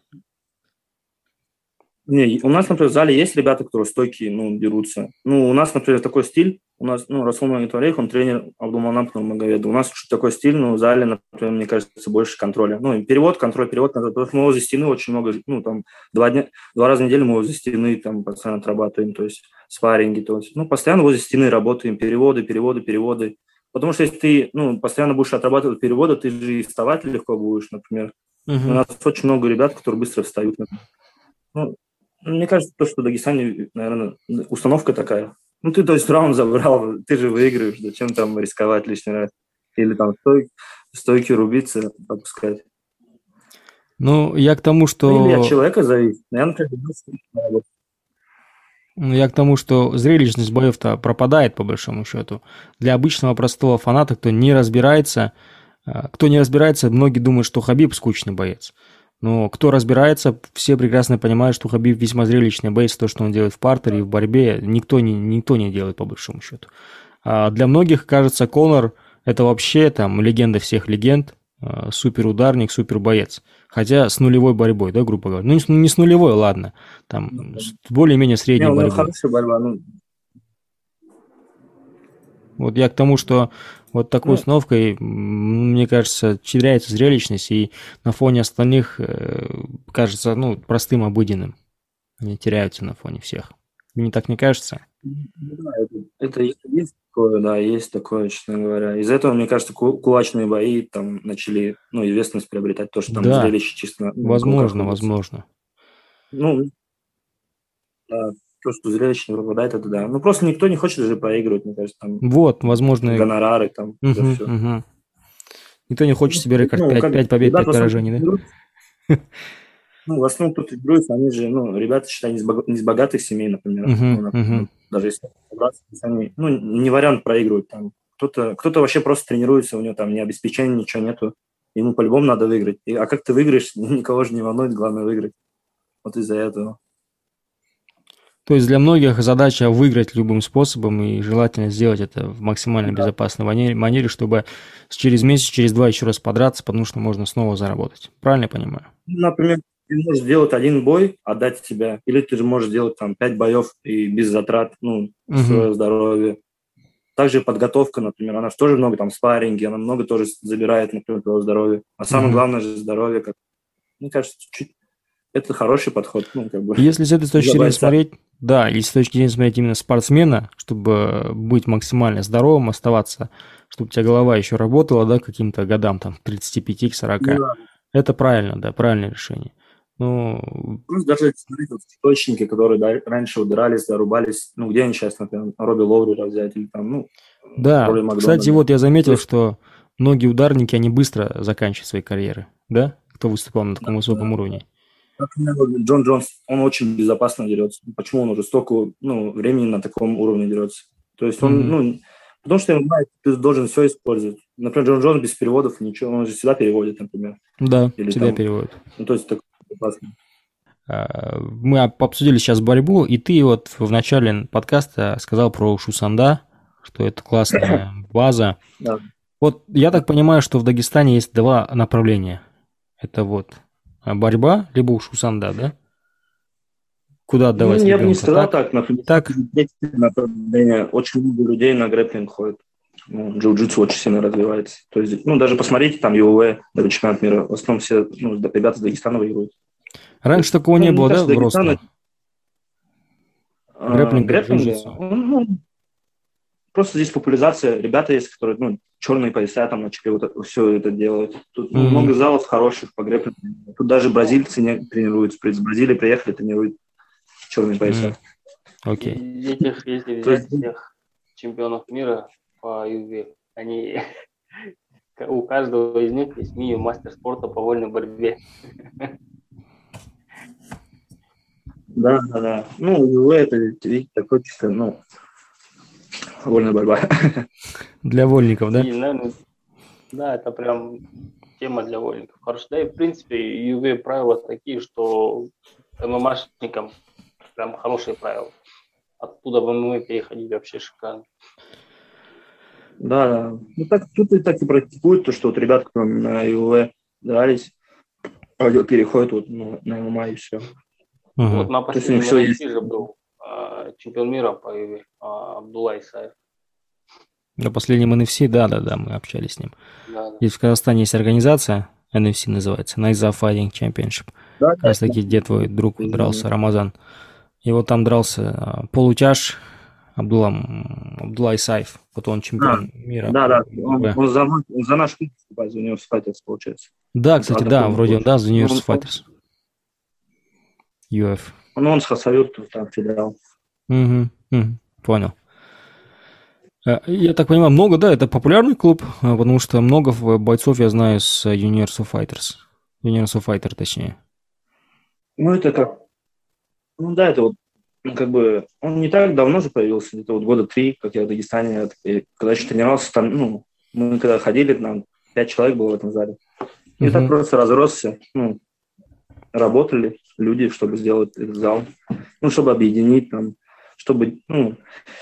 Не, у нас, например, в зале есть ребята, которые стойкие, ну, дерутся. Ну, у нас, например, такой стиль. У нас, ну, Расул Магомедов, он тренер Абдулманап Нурмагомедов. У нас такой стиль, но в зале, например, мне кажется, больше контроля. Ну, и перевод, контроль, перевод. Потому что мы возле стены очень много, ну, там, два, дня, два раза в неделю мы возле стены там постоянно отрабатываем, то есть спарринги, то есть, ну, постоянно возле стены работаем, переводы, переводы, переводы. Потому что если ты, ну, постоянно будешь отрабатывать переводы, ты же и вставать легко будешь, например. У Угу. нас очень много ребят, которые быстро встают. Ну, мне кажется, то, что в Дагестане, наверное, установка такая. Ну, ты, то есть, раунд забрал, ты же выигрываешь, зачем там рисковать лишний раз? Или там стой, стойки рубиться, опускать. Ну, я к тому, Ну, или от что... человека зависит. Наверное, как бы, Ну, я к тому, что зрелищность боев-то пропадает, по большому счету. Для обычного простого фаната, кто не разбирается, а, кто не разбирается, многие думают, что Хабиб скучный боец. Но кто разбирается, все прекрасно понимают, что Хабиб весьма зрелищный боец, то, что он делает в партере и в борьбе, никто не, никто не делает, по большому счету. А для многих, кажется, Конор – это вообще там легенда всех легенд, э, суперударник, супербоец. Хотя с нулевой борьбой, да, грубо говоря. Ну, не с, не с нулевой, ладно. Там Ну, с более-менее средней не, у него борьбой. хорошая борьба. Ну, Вот я к тому, что вот такой ну, установкой, м, мне кажется, теряется зрелищность, и на фоне остальных э, кажется, ну, простым, обыденным. Они теряются на фоне всех. Мне так не кажется? ну да, это, это есть такое, да, есть такое, честно говоря. Из-за этого, мне кажется, ку- кулачные бои там начали, ну, известность приобретать, то, что там Да, зрелище чисто ну, на кулаках возможно, рубится. возможно. Ну, да, то, что зрелище не пропадает, это да. Ну, просто никто не хочет же проигрывать, мне кажется, там Вот, возможно. гонорары, там, за Мгм, все. мгм. Никто не хочет себе рекорд Ну, пять, как бы, пять побед, ребята пять в основном поражений, да? тренируются, ну, в основном тут тренируются, они же, ну, ребята, считай, не из, бога- не из богатых семей, например, ну, Мгм, например, мгм. даже если собраться, то есть они, ну, не вариант проигрывать там. Кто-то, кто-то вообще просто тренируется, у него там ни обеспечения, ничего нету, ему по-любому надо выиграть. И, а как ты выиграешь, никого же не волнует, главное выиграть. Вот из-за этого. То есть для многих задача выиграть любым способом, и желательно сделать это в максимально Да. безопасной манере, манере, чтобы через месяц, через два еще раз подраться, потому что можно снова заработать. Правильно я понимаю? Ну, например, ты можешь сделать один бой, отдать себя, или ты же можешь сделать там пять боев и без затрат, ну, Мгм. свое здоровье. Также подготовка, например, она же тоже много там спарринги, она много тоже забирает, например, твое здоровье. А самое Мгм. главное же здоровье, как, мне кажется, чуть это хороший подход, ну, как бы, Если с этой точки для зрения бойца. смотреть, да, если с точки зрения смотреть именно спортсмена, чтобы быть максимально здоровым, оставаться, чтобы у тебя голова еще работала, да, к каким-то годам, там, тридцати пяти к Ну, сорока, да. это правильно, да, правильное решение. Ну, Плюс даже смотреть вот источники, которые да, раньше удрались, зарубались, ну, где они сейчас, например, Робби Лоурера взять, или там, ну, да, Роли кстати, Макдональда. вот я То заметил, есть, что многие ударники, они быстро заканчивают свои карьеры, да, кто выступал на да, таком высоком да. уровне. Например, вот Джон Джонс, он очень безопасно дерется. Почему он уже столько, ну, времени на таком уровне дерется? То есть он, Мгм. ну, потому что м ай ты должен все использовать. Например, Джон Джонс без переводов ничего, он же всегда переводит, например. Да, Или всегда там, переводят. ну, то есть так безопасно. А, Мы об- обсудили сейчас борьбу, и ты вот в начале подкаста сказал про Шусанда, что это классная база. Да, Вот я да. так понимаю, что в Дагестане есть два направления. Это вот а, борьба, либо Шусанда, да? Куда Ну, отдавать я бы не ребенка? сказал Так, так. Например, так. есть направление. Очень много людей на грэпплинг ходит. Ну, джиу-джитсу очень сильно развивается. То есть, ну, даже посмотрите, там ю эф, даже чемпионат мира. В основном все, ну, ребята с Дагестана выигрывают. То Раньше есть, такого ну, не мне было, да, кажется, в Дагестан роста? это, э, Грэпплинга, грэпплинга, джиу-джитсу. он, ну, просто здесь популяризация. Ребята есть, которые, ну, черные пояса там начали вот это, все это делать. Тут, ну, М, много залов хороших по грэпплингу. Тут даже бразильцы не тренируются. Из Бразилии приехали, тренируют черные пояса. м, Окей. И этих, если То есть, взять всех чемпионов мира по ю эф, они у каждого из них есть минимум мастер спорта по вольной борьбе. да, да, да. Ну, ю эф это, видите, такой чисто, ну, вольная борьба. Для вольников, да? И, наверное, да, это прям тема для вольников. Хорошо. Да и, в принципе, ю эф правила такие, что ММАшникам прям хорошие правила. Оттуда в ММА переходить вообще шикарно. Да, да. Ну, так, тут и так и практикуют, то, что вот ребята, которые на ю эф дрались, переходят вот, ну, на ММА и все. Мгм. Вот на То есть у них последнем все эн эф есть. си же был а, чемпион мира по ю эф, а, Абдулла Исаев. На последнем эн эф си, да-да-да, мы общались с ним. Да, да. Здесь в Казахстане есть организация, эн эф си называется, Найза Fighting Championship. Да, Как раз таки, где твой друг дрался, Рамазан. И вот там дрался а, полутяж Абдулла, м, Абдулла Исаев. Вот он чемпион мира да, по да. Он, ММА. он за, он за наш клуб выступает, за Университет, получается. Да, Он кстати, по да, такому вроде он, да, за Ну, Universe он, Fighters. ю эф. он, он с Хасавюрт, там филиал. Мгм, мгм, понял. Э, Я так понимаю, много, да, это популярный клуб, а, потому что много в- бойцов я знаю с Universal Fighters. Universal Fighter, точнее. Ну, это как, ну да, это вот, ну, как бы, он не так давно же появился, где-то вот года три, как я в Дагестане, и когда еще тренировался, там, ну, мы когда ходили, нам пять человек было в этом зале. И так Мгм. просто разросся, ну, работали люди, чтобы сделать этот зал, ну, чтобы объединить там, чтобы, ну,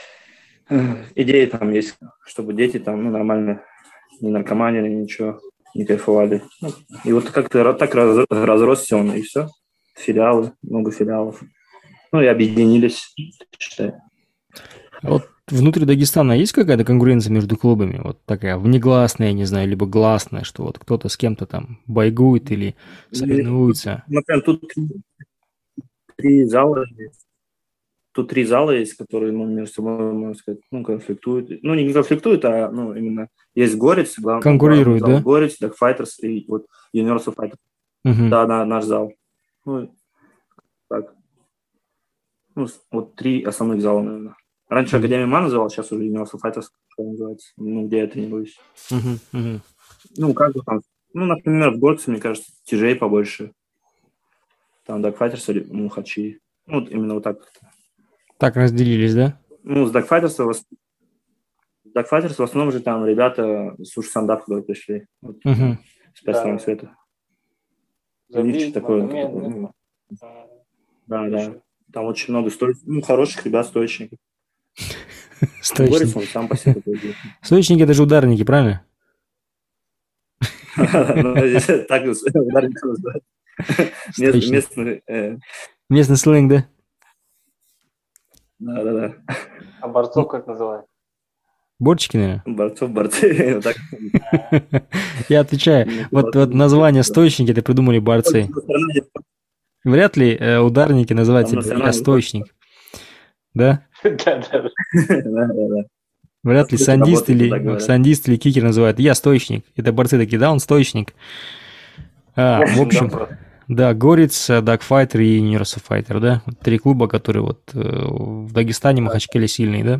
э, идеи там есть, чтобы дети там, ну, нормально, не наркоманили, ничего. не кайфовали. Ну, и вот как-то так раз, разросся он, и все. Филиалы, много филиалов. Ну, и объединились, считаю. А вот внутри Дагестана есть какая-то конкуренция между клубами? Вот такая внегласная, я не знаю, либо гласная, что вот кто-то с кем-то там байгует или соревнуется? Например, тут три, три зала есть. Тут три зала есть, которые, ну, между собой, можно сказать, ну, конфликтуют. Ну, не конфликтуют, а, ну, именно есть Горец, главный, конкурирует, главный зал, да? Горец, Dogfighters и вот Universal Fighters. Угу. Да, на, наш зал. Ну, так. Ну, вот три основных зала, наверное. Раньше Мгм. Академия МА называлась, сейчас уже Universal Fighters, что называется. Ну, где я тренируюсь. Угу. Угу. Ну, как бы там. Ну, например, в Горце, мне кажется, тяжей побольше. Там Dogfighters или Мухачи. Ну, вот именно вот так. Так разделились, да? Ну, с Dogfighters, в ос- Dogfighters в основном же там ребята с Уж-Сандав, которые пришли. Вот, Угу. с Персикового Да. света. У них Забить, такое, Магомед, ну, а, да, да. еще. Там очень много стоечников, ну, хороших ребят, стоечников. Горец, Стоечники. он сам по себе такой известный. Стоечники – это же ударники, правильно? Ну, здесь так ударники называют. Мест- Стоечники. Местный, э, Местный сленг, да? да, да, да. А борцов как называют? Борчики, наверное. Борцов, борцы. Вот так. Я отвечаю. Вот, вот название стоечники это придумали борцы. Вряд ли э, ударники называют Там себя национальный «я стоечник». Да? Да, да. Да, да, да. Вряд ли Люди сандист работают, или, так говорят. сандист или кикер называют «я стоечник». Это борцы такие, да, он стоечник. А, в общем, да, просто. да, Горец, Dogfighter и Universal Fighter, да? Вот три клуба, которые вот э, в Дагестане, Махачкале сильные, да?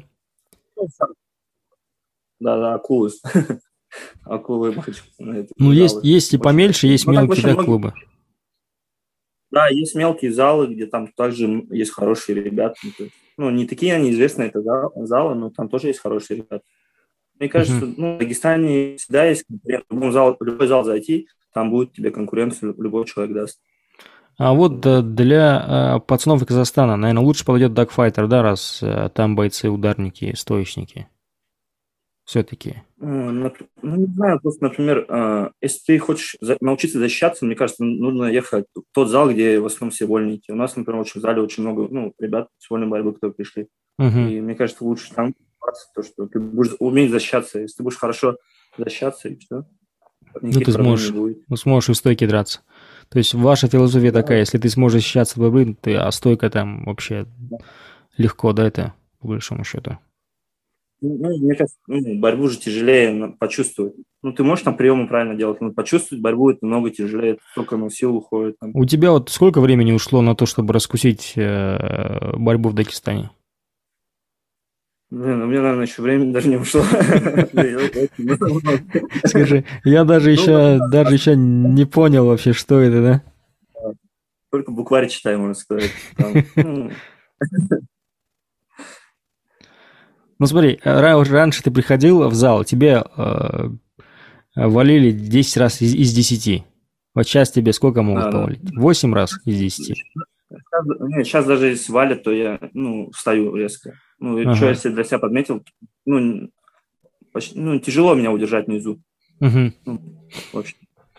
Да, да, акулы. Акулы Махачкала. это Ну, есть, залы. есть и Очень помельче, красиво. есть Ну, так мелкие, очень да, много- клубы. Да, есть мелкие залы, где там также м, есть хорошие ребята. Ну, то есть, ну, не такие они известные, это зал- залы, но там тоже есть хорошие ребята. Мне кажется, ну, в Дагестане всегда есть конкуренция. В любой зал, в любой зал зайти, там будет тебе конкуренцию, любой человек даст. А вот э, для э, пацанов из Казахстана, наверное, лучше подойдет Dogfighter, да, раз э, там бойцы, ударники, стоечники. Все-таки. М, нап- Ну, не знаю, просто, например, э, если ты хочешь за- научиться защищаться, мне кажется, нужно ехать в тот зал, где в основном все вольники. У нас, например, очень в зале очень много, ну, ребят с вольной борьбы, кто пришли. Мгм. И мне кажется, лучше там то, что ты будешь уметь защищаться. Если ты будешь хорошо защищаться, и все, Ну, никаких ты проблем сможешь, не будет. ну, сможешь и в стойке драться. То есть ваша философия Да. такая, если ты сможешь защищаться от борьбы, ты, а стойка там вообще Да. легко, да, это по большому счету. Ну, ну, мне кажется, ну, борьбу же тяжелее на- почувствовать. Ну, ты можешь там приемы правильно делать, но почувствовать борьбу это намного тяжелее, только на силу уходит. Там. У тебя вот сколько времени ушло на то, чтобы раскусить э, борьбу в Дагестане? Блин, у меня, наверное, еще времени даже не ушло. Скажи, я даже еще, даже еще не понял вообще, что это, да? Только букварь читаю, можно сказать. Там, ну, Ну смотри, ра- раньше ты приходил в зал, тебе э, валили десять раз из, из десяти. Вот сейчас тебе сколько могут Да, да. повалить? восемь раз из десяти. Сейчас, нет, сейчас даже если валят, то я, ну, встаю резко. Ну, и Ага. что, если для себя подметил, ну, почти, ну, тяжело меня удержать внизу. Мгм. Ну, вообще.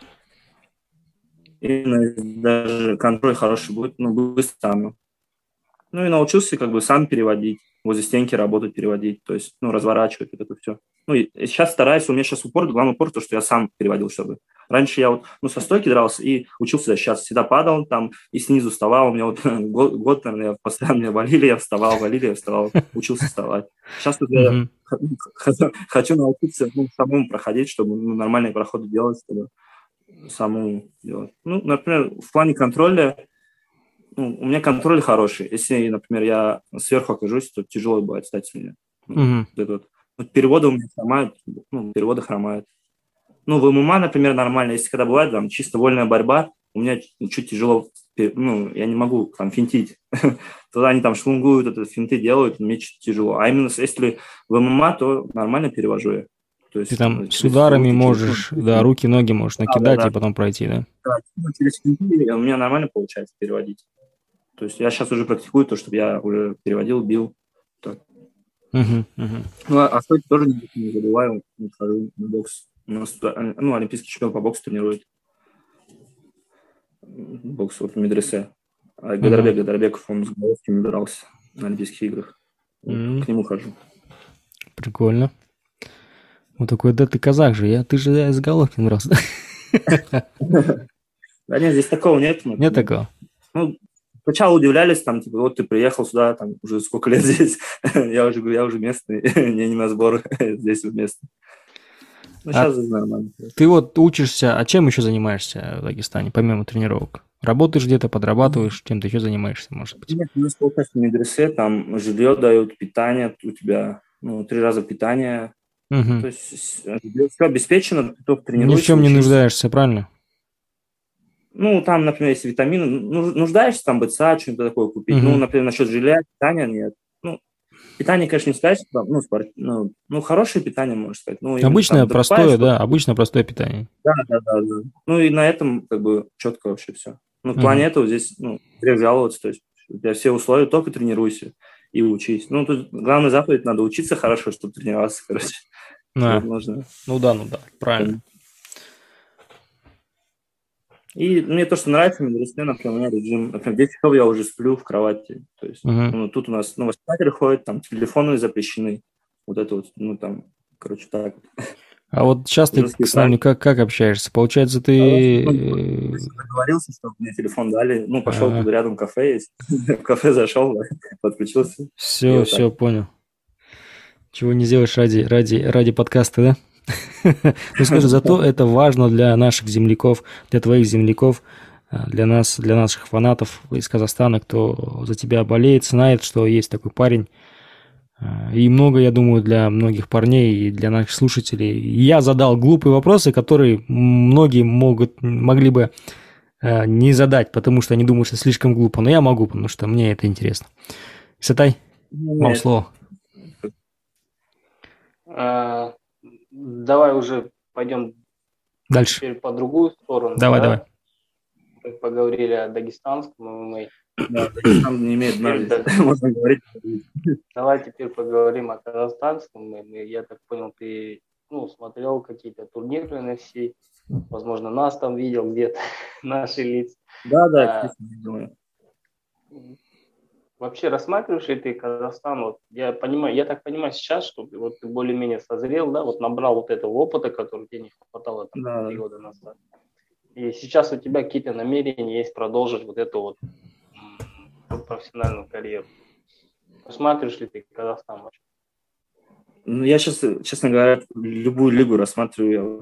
Именно даже контроль хороший будет, ну, быстро там. Ну, и научился как бы сам переводить, возле стенки работать, переводить, то есть, ну, разворачивать вот это все. Ну, и сейчас стараюсь, у меня сейчас упор, главный упор, то, что я сам переводил, чтобы. Раньше я вот, ну, со стойки дрался и учился защищаться, всегда падал там и снизу вставал, у меня вот год, год, наверное, постоянно меня валили, я вставал, валили, я вставал, учился вставать. Сейчас вот я Мгм. хочу, хочу научиться, ну, самому проходить, чтобы, ну, нормальные проходы делать, чтобы самому делать. Ну, например, в плане контроля, ну, у меня контроль хороший. Если, например, я сверху окажусь, то тяжело будет отстать с меня. Ну, Мгм. вот это вот. Вот переводы у меня хромают, ну, переводы хромают. Ну, в ММА, например, нормально. Если когда бывает там чисто вольная борьба, у меня чуть тяжело, пе- ну, я не могу там финтить. Тогда они там шлунгуют, это финты делают, мне чуть тяжело. А именно если в ММА, то нормально перевожу я. То есть, Ты там ну, с через ударами руки, через- можешь, ну, да, руки, ноги можешь Да, накидать да, да. и потом пройти, да? да, ну, через финты у меня нормально получается переводить. То есть я сейчас уже практикую то, чтобы я уже переводил, бил. Так. Мгм, мгм. Ну, а а стойки тоже не, не забываю, не хожу на бокс. У нас туда, ну, олимпийский чемпион по боксу тренирует. Бокс вот в медресе. А Гадарбек, Мгм. Гадарбеков, он с Головкиным дрался на Олимпийских играх. Вот, М, к нему хожу. Прикольно. Вот такой, да ты казах же, я, ты же из Головкин дрался. Да нет, здесь такого нет. ну, Нет такого? Ну, сначала удивлялись, там, типа, вот ты приехал сюда, там, уже сколько лет здесь. Я уже говорю, я уже местный, я не на сбор, здесь вот местный. Ну, А сейчас уже нормально. ты вот учишься, а чем еще занимаешься в Дагестане, помимо тренировок? Работаешь где-то, подрабатываешь, чем ты еще занимаешься, может быть? Нет, у нас получается в медресе, там жилье дают, питание, у тебя, ну, три раза питание. Ну, Мгм. то есть все обеспечено, ты только Ни в тренируйся, чем не учись. нуждаешься, правильно? Ну, там, например, если витамины, ну, нуждаешься, там, БЦА, что-нибудь такое купить. Ну, Мгм. например, насчет жилья, питания нет. Ну, питание, конечно, не сказать, что там, ну, спорт, ну, ну, хорошее питание, можно сказать. Ну, именно Обычное там простое, докупаешь, вот, да, обычное простое питание. да, да, да, да. Ну, и на этом, как бы, четко вообще все. Ну, в плане Мгм. этого здесь, ну, грех жаловаться, то есть у тебя все условия, только тренируйся и учись. Ну, тут главная заповедь, надо учиться хорошо, чтобы тренироваться, короче. Вот А, нужно. ну да, ну да, правильно. И мне то, что нравится, в медресе, например, у меня режим, например, в десять часов я уже сплю в кровати. То есть, Мгм. ну, тут у нас, ну, воспитатели ходят, там, телефоны запрещены. Вот это вот, ну, там, короче, так. А вот сейчас ты Жесткие с нами правила. как, как общаешься? Получается, А я, ты... ну, э, договорился, чтобы мне телефон дали. Ну, пошел, А, тут рядом кафе есть. В кафе зашел, подключился. И все, вот так. все, понял. Чего не сделаешь ради, ради, ради подкаста, да? Ну скажи, зато это важно для наших земляков, для твоих земляков, а, для нас, для наших фанатов из Казахстана, кто за тебя болеет, знает, что есть такой парень. А, И много, я думаю, для многих парней и для наших слушателей. Я задал глупые вопросы, которые многие могут, могли бы а, не задать, потому что они думают, что слишком глупо. Но я могу, потому что мне это интересно. Исатай, Ну, вам нет. слово. А, давай уже пойдем Дальше. теперь по другую сторону, Давай, давай. да? Мы поговорили о дагестанском эм эм а. Да, Дагестан не имеет дна Теперь здесь, да- можно говорить. давай теперь поговорим о казахстанском эм эм а. Я так понял, ты ну, смотрел какие-то турниры эн эф си, возможно, нас там видел где-то, наши лица. Да, да, А, естественно, думаю. вообще рассматриваешь ли ты Казахстан? Вот я понимаю, я так понимаю сейчас, что ты, вот ты более-менее созрел, да, вот набрал вот этого опыта, который тебе не хватало там Да. три года назад. И сейчас у тебя какие-то намерения есть продолжить вот эту вот м, профессиональную карьеру. Рассматриваешь ли ты Казахстан вообще? Ну, я сейчас, честно говоря, любую лигу рассматриваю.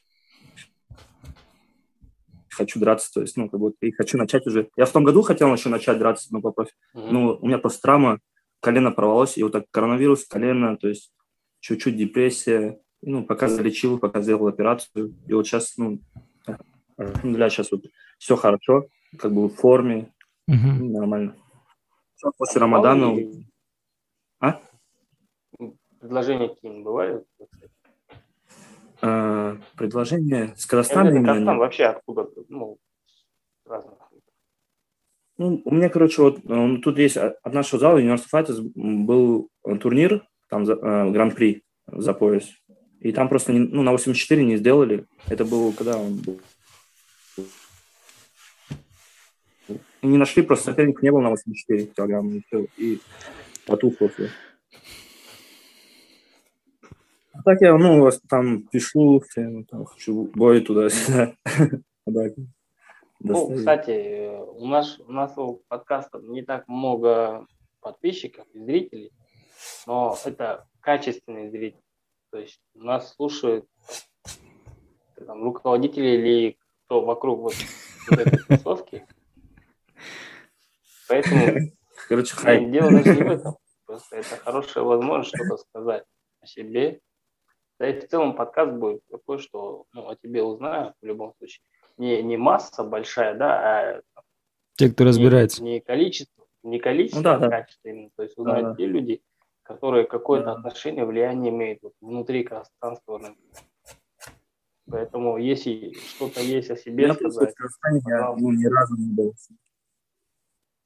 Я хочу драться, то есть, ну, как бы, и хочу начать уже. Я в том году хотел еще начать драться, ну, по профи. Мгм. Ну, у меня просто травма, колено порвалось, и вот так коронавирус, колено, то есть чуть-чуть депрессия. Ну, пока залечил, пока сделал операцию. И вот сейчас, ну, для сейчас вот все хорошо, как бы в форме, Мгм. ну, нормально. Всё, А после бывало Рамадана. ли А? предложения какие-нибудь бывают? А, предложение с Я говорю, Казахстана это именно Казахстан нет. вообще откуда? Ну, с разных. Ну, у меня, короче, вот м, тут есть о- от нашего зала Universal Fighters был э, турнир, там за- э, Гран-при за пояс. И там просто не- ну, на восемьдесят четыре не сделали. Это было, когда он был. И не нашли, просто соперник не был на восемьдесят четыре килограмма. И, всё, и потухло все. А так я, ну, вас там пишу, всем, там, хочу бой туда-сюда. Да, Ну, достаю. кстати, э, у нас, у нас у подкаста не так много подписчиков и зрителей, но это качественные зрители. То есть нас слушают там, руководители или кто вокруг вот, вот этой тусовки. Поэтому Короче, хайп. нет, дело даже не в этом. Просто это хорошая возможность что-то сказать о себе. Да и в целом подкаст будет такой, что ну, о тебе узнают в любом случае. Не, не масса большая, да, а Те, кто не, разбирается. не количество, не Ну количество, да, а да. качество именно. То есть Да, узнают да. те люди, которые какое-то Да. отношение, влияние имеют вот, внутри казахстанского рынка. Поэтому если что-то есть о себе Я просто в сказать, Казахстане я, пожалуйста. ну, ни разу не был.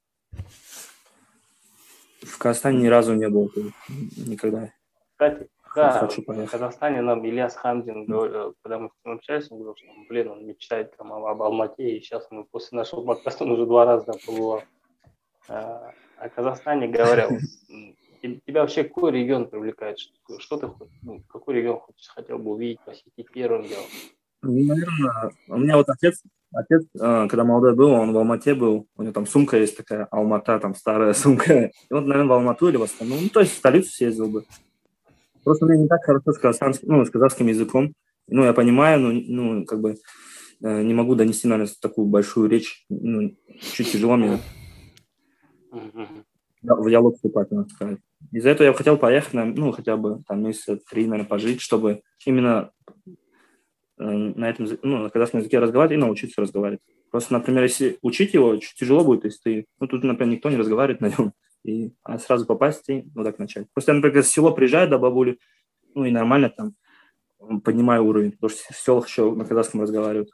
В Казахстане ни разу не был. то есть Никогда. Кстати, Да, хочу в поехать. Казахстане нам Ильяс Хамзин говорил, когда мы с ним общались, он говорил, что, блин, он мечтает там об, об Алмате, и сейчас мы после нашего подкаста он уже два раза там побывал. А, о Казахстане говоря, вот, м, те- тебя вообще какой регион привлекает? Что, что ты хот- ну, какой регион хочешь, хотел бы увидеть, посетить первым делом? Ну, наверное, у меня вот отец, отец, э, когда молодой был, он в Алмате был, у него там сумка есть такая, Алмата, там старая сумка. И вот, наверное, в Алмату или в Астану, ну, то есть в столицу съездил бы. Просто мне не так хорошо с казахстанским, ну, с казахским языком. Ну, я понимаю, но, ну, как бы э, не могу донести, наверное, такую большую речь. Ну, чуть тяжело мне Мгм. в диалог вступать, надо сказать. Из-за этого я бы хотел поехать, на, ну, хотя бы там месяца три, наверное, пожить, чтобы именно э, на этом, язы- ну, на казахском языке разговаривать и научиться разговаривать. Просто, например, если учить его, чуть тяжело будет, если ты, ну, тут, например, никто не разговаривает на нем, и а сразу попасть и вот так начать. Просто я, например, в село приезжаю до бабули, ну, и нормально там м, поднимаю уровень, потому что в селах еще на казахском разговаривают.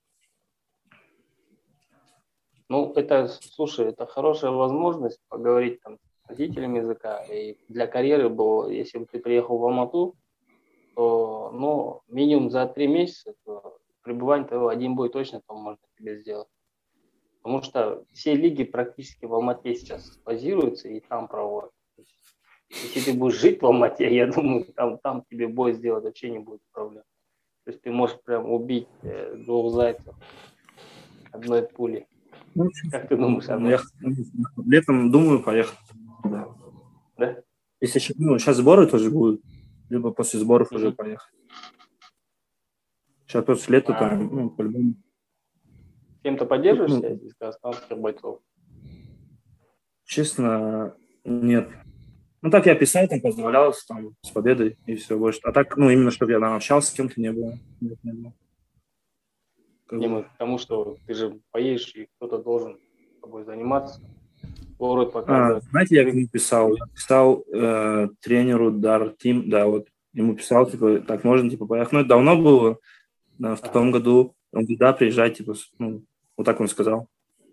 Ну, это, слушай, это хорошая возможность поговорить там с носителем языка. И для карьеры было, если бы ты приехал в Алмату, то, ну, минимум за три месяца то пребывание твоего один бой точно там можно тебе сделать. Потому что все лиги практически в Алмате сейчас базируются и там проводят. То есть, если ты будешь жить в Алмате, я думаю, там, там тебе бой сделать вообще не будет проблем. То есть ты можешь прям убить э, двух зайцев одной пули. Ну, Как ты думаешь, я Армен? летом думаю поехать. Да. Да? Если щас- ну, сейчас сборы тоже будут, либо после сборов уже Мгм. поехать. Сейчас после лета А там, ну, по-любому. с кем-то поддерживаешь Ну, связь из казахстанских бойцов? честно, нет. Ну, так я писал, там, поздравлялся, там, с победой, и все больше. А так, ну, именно, чтобы я там общался с кем-то, не было. Нет, не было. Как Не, бы. мы к тому, что ты же поедешь, и кто-то должен с тобой заниматься, город А, показывать. знаете, я Ты- кому писал? Я писал э, тренеру Дар Тим, да, вот, ему писал, типа, так, можно, типа, поехать. Ну, это давно было, да, в Ага. том году. Он говорит, да, приезжай, типа, с- ну, вот так он сказал.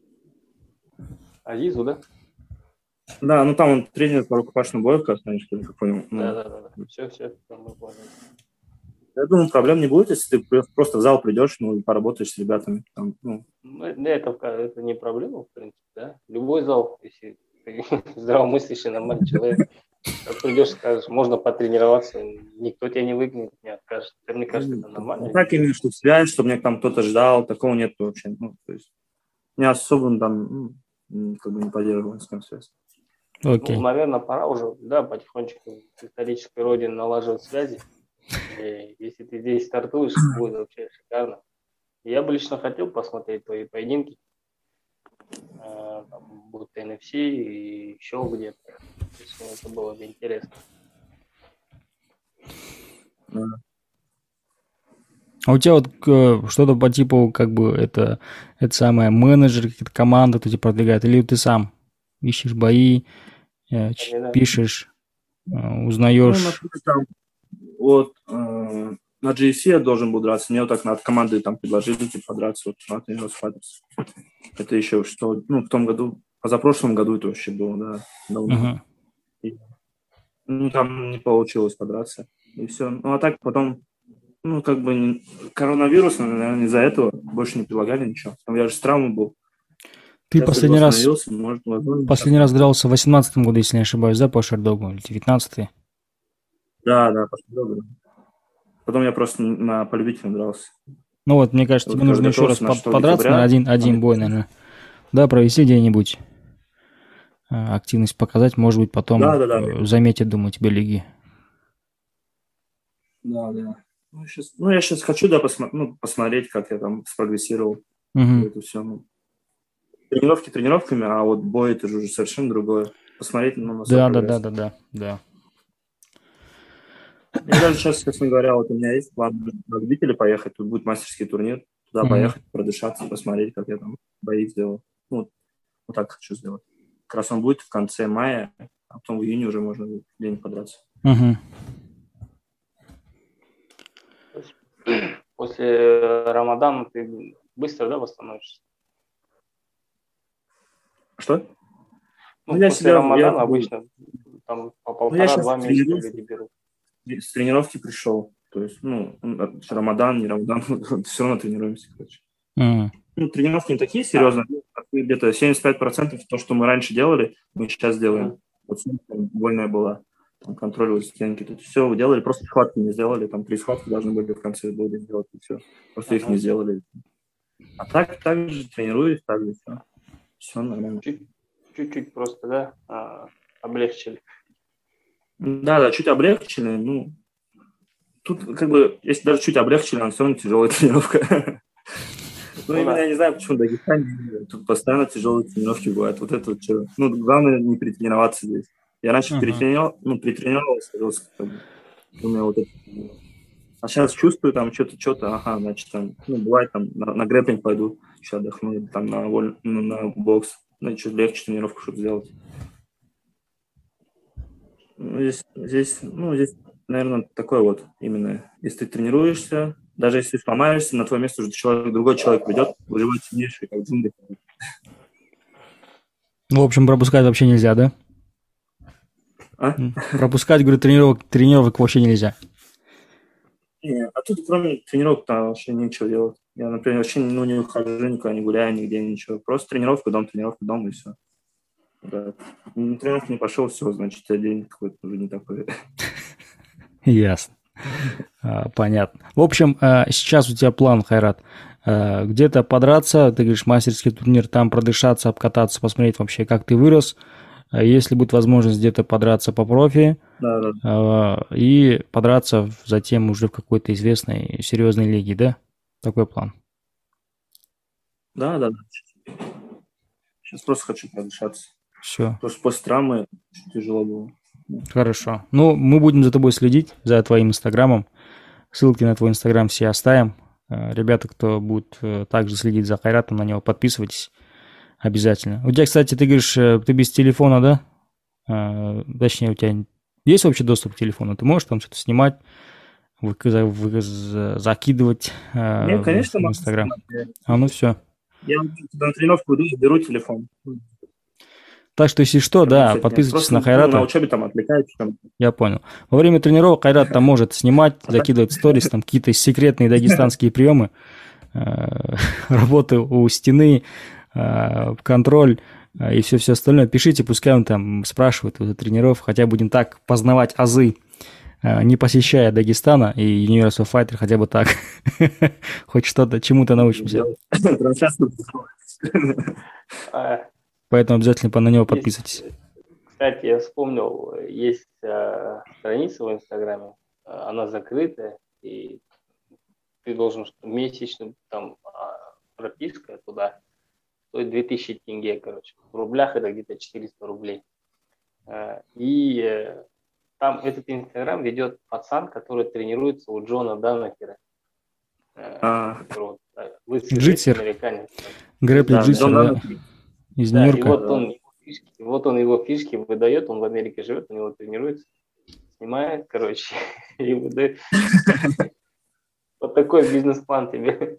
Азизу, да? Да, ну, там он тренер по рукопашному бою, как, конечно, я так понял. Да, Ну, да, да, да. Все, все, мы поняли. я думаю, проблем не будет, если ты пр- просто в зал придешь, ну, и поработаешь с ребятами. Там, ну, Ну, да, это, это не проблема, в принципе, да. Любой зал, если ты здравомыслящий, нормальный человек, как придешь, скажешь, можно потренироваться, никто тебя не выгонит, не откажет. Это, мне кажется, ну, это а нормально. так именно, что связь, чтобы меня там кто-то ждал, такого нет вообще. Ну, то есть, не особо там, ну, м, как бы не поддерживаю с ним связь. Ну, Окей. наверное, пора уже, да, потихонечку с исторической родиной налаживать связи. И если ты здесь стартуешь, будет вообще шикарно. Я бы лично хотел посмотреть твои поединки. Э, Там будут эн эф си и еще где-то. То есть, ну, это было бы интересно. Да. А у тебя вот э, что-то по типу, как бы, это, это самое, менеджер, какие-то команды кто тебя продвигает, или ты сам ищешь бои, э, ч- Да. пишешь, э, Ну, узнаешь. например, там, вот, э, на джи эф си я должен был драться, мне вот так от команды там предложили, типа, подраться, вот, на тренировку Файтерс. Это еще что, ну, в том году, позапрошлом году это вообще было, да, давно. Мгм. И, ну, там не получилось подраться, и все. Ну, а так потом, ну, как бы, не- коронавирус, наверное, из-за этого больше не предлагали ничего. Там я же с травмой был. Ты Сейчас как последний раз, восстановился, может, возможно, сейчас последний раз можно. дрался в восемнадцатом году, если не ошибаюсь, да, по Шердогу, или девятнадцатый? Да, да, посмотрел, да. Потом я просто на полюбителя дрался. Ну вот, мне кажется, Вот тебе когда нужно еще раз готовился на под- шестого подраться, наверное, декабря, один, там, один бой, наверное. Да, провести где-нибудь, э, активность показать, может быть, да, потом да, да, э, заметят, думаю, тебе лиги. да, да. Ну, щас- ну, я сейчас хочу, да, посмо- ну, посмотреть, как я там спрогрессировал. Мгм. Это все. Ну. Тренировки тренировками, а вот бой это же уже совершенно другое. Посмотреть, ну, на свой Да, да, да, прогресс. да, да, да. Я даже сейчас, честно говоря, вот у меня есть план на любителя поехать, тут будет мастерский турнир, туда Мгм. поехать, продышаться, посмотреть, как я там бои сделал. Ну, вот, вот так хочу сделать. Как раз он будет в конце мая, а потом в июне уже можно будет где-нибудь подраться. Мгм. То есть, после Рамадана ты быстро, да, восстановишься? Что? Ну, Ну, я после себя, я, Рамадана как бы, обычно там по ну, я сейчас полтора-два месяца тренируюсь. люди берут. с тренировки пришел. То есть, ну, Рамадан, не Рамадан, все равно тренируемся, короче. Mm. Ну, тренировки не такие серьезные, где-то семьдесят пять процентов то, что мы раньше делали, мы сейчас делаем. Вот вольная была, там, контроль вот стенки, тут все вы делали, просто схватки не сделали, там три схватки должны были в конце года сделать, и все. Просто uh-huh. их не сделали. А так, так же тренируюсь, так же все. Все нормально. Чуть, чуть-чуть просто, да, а, облегчили. Да, да, чуть облегчили, ну, тут как бы, если даже чуть облегчили, но все равно тяжелая тренировка. Ну, именно я не знаю, почему в Дагестане тут постоянно тяжелые тренировки бывают. Вот это вот что. Ну, главное не перетренироваться здесь. Я раньше uh-huh. перетренировал, ну, перетренировался жестко. Как бы. У меня вот это. А сейчас чувствую там что-то, что-то, ага, значит, там, ну, бывает там на, на грэпплинг пойду, еще отдохну, там на, воль, ну, на бокс. Ну, чуть легче тренировку, чтобы сделать. Ну, здесь, здесь, ну, здесь, наверное, такой вот именно, если ты тренируешься, даже если сломаешься, на твое место уже человек, другой человек придет, выживать сильнейший, как джунгли. В общем, пропускать вообще нельзя, да? А? Пропускать, говорю, тренировок, тренировок вообще нельзя. Не, а тут кроме тренировок там вообще нечего делать. Я, например, вообще ну, не ухожу никуда, не гуляю нигде, ничего. Просто тренировка, дом, тренировка, дом и все. Да. На тренировку не пошел, все, значит, день какой-то уже не такой. Ясно. Понятно. В общем, сейчас у тебя план, Хайрат, где-то подраться, ты говоришь, мастерский турнир, там продышаться, обкататься, посмотреть вообще, как ты вырос. Если будет возможность где-то подраться по профи, да, да. и подраться затем уже в какой-то известной серьезной лиге, да? Такой план. Да, да, да. Сейчас просто хочу продышаться. Все. Потому что после травмы тяжело было. Хорошо. Ну, мы будем за тобой следить, за твоим инстаграмом. Ссылки на твой инстаграм все оставим. Ребята, кто будет также следить за Хайратом, на него подписывайтесь обязательно. У тебя, кстати, ты говоришь, ты без телефона, да? А, точнее, у тебя есть вообще доступ к телефону? Ты можешь там что-то снимать, вы, вы, закидывать Нет, конечно, в инстаграм? А, ну все. Я на тренировку иду, беру телефон. Так что, если что, да, Нет, подписывайтесь просто, на Хайрата. Ну, на учебе там отвлекаюсь. Там. Я понял. Во время тренировок Хайрат там может снимать, закидывать сторис, там какие-то секретные дагестанские приемы, работы у стены, контроль и все-все остальное. Пишите, пускай он там спрашивает у тренеров, хотя будем так познавать азы, не посещая Дагестана и Universal Fighter, хотя бы так. Хоть что-то, чему-то научимся. Поэтому обязательно на него подписывайтесь. Кстати, я вспомнил, есть э, страница в Инстаграме, э, она закрытая, и ты должен месячно, там, э, прописка туда стоит две тысячи тенге, короче. В рублях это где-то четыреста рублей. Э, и э, там этот Инстаграм ведет пацан, который тренируется у Джона Данахера. Э, а. Джитсер. Американец. Грэпли да, Джитсер, да. Из да, Нью-Йорка. И вот он, вот он его фишки выдает, он в Америке живет, у него тренируется, снимает, короче, и выдает. Вот такой бизнес-план тебе.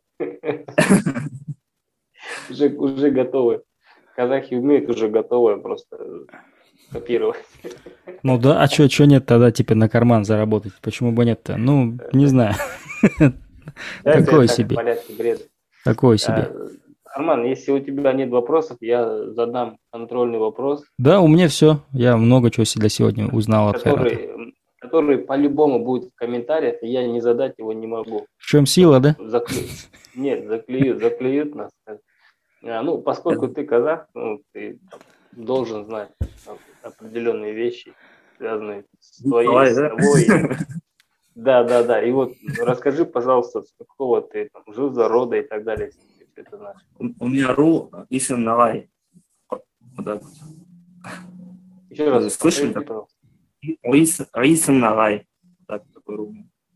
уже, уже готовы. Казахи умеют уже готовые просто копировать. Ну да, а что что нет тогда теперь на карман заработать? Почему бы нет-то? Ну, не знаю. Такое себе. Такое себе. Арман, если у тебя нет вопросов, я задам контрольный вопрос. Да, у меня все. Я много чего для сегодня узнал от Хайрата. Который по-любому будет в комментариях, и я не задать его не могу. В чем сила, да? Заклю... Нет, заклюют, заклюют нас. А, ну, поскольку ты казах, ну, ты должен знать определенные вещи, связанные с твоей, с тобой. Да, да, да. И вот расскажи, пожалуйста, с какого ты там жил за рода и так далее. Это знаешь. У меня ру Исен Навай. Вот так вот. Еще раз. Слышали? Исен Навай. Так, такой ру.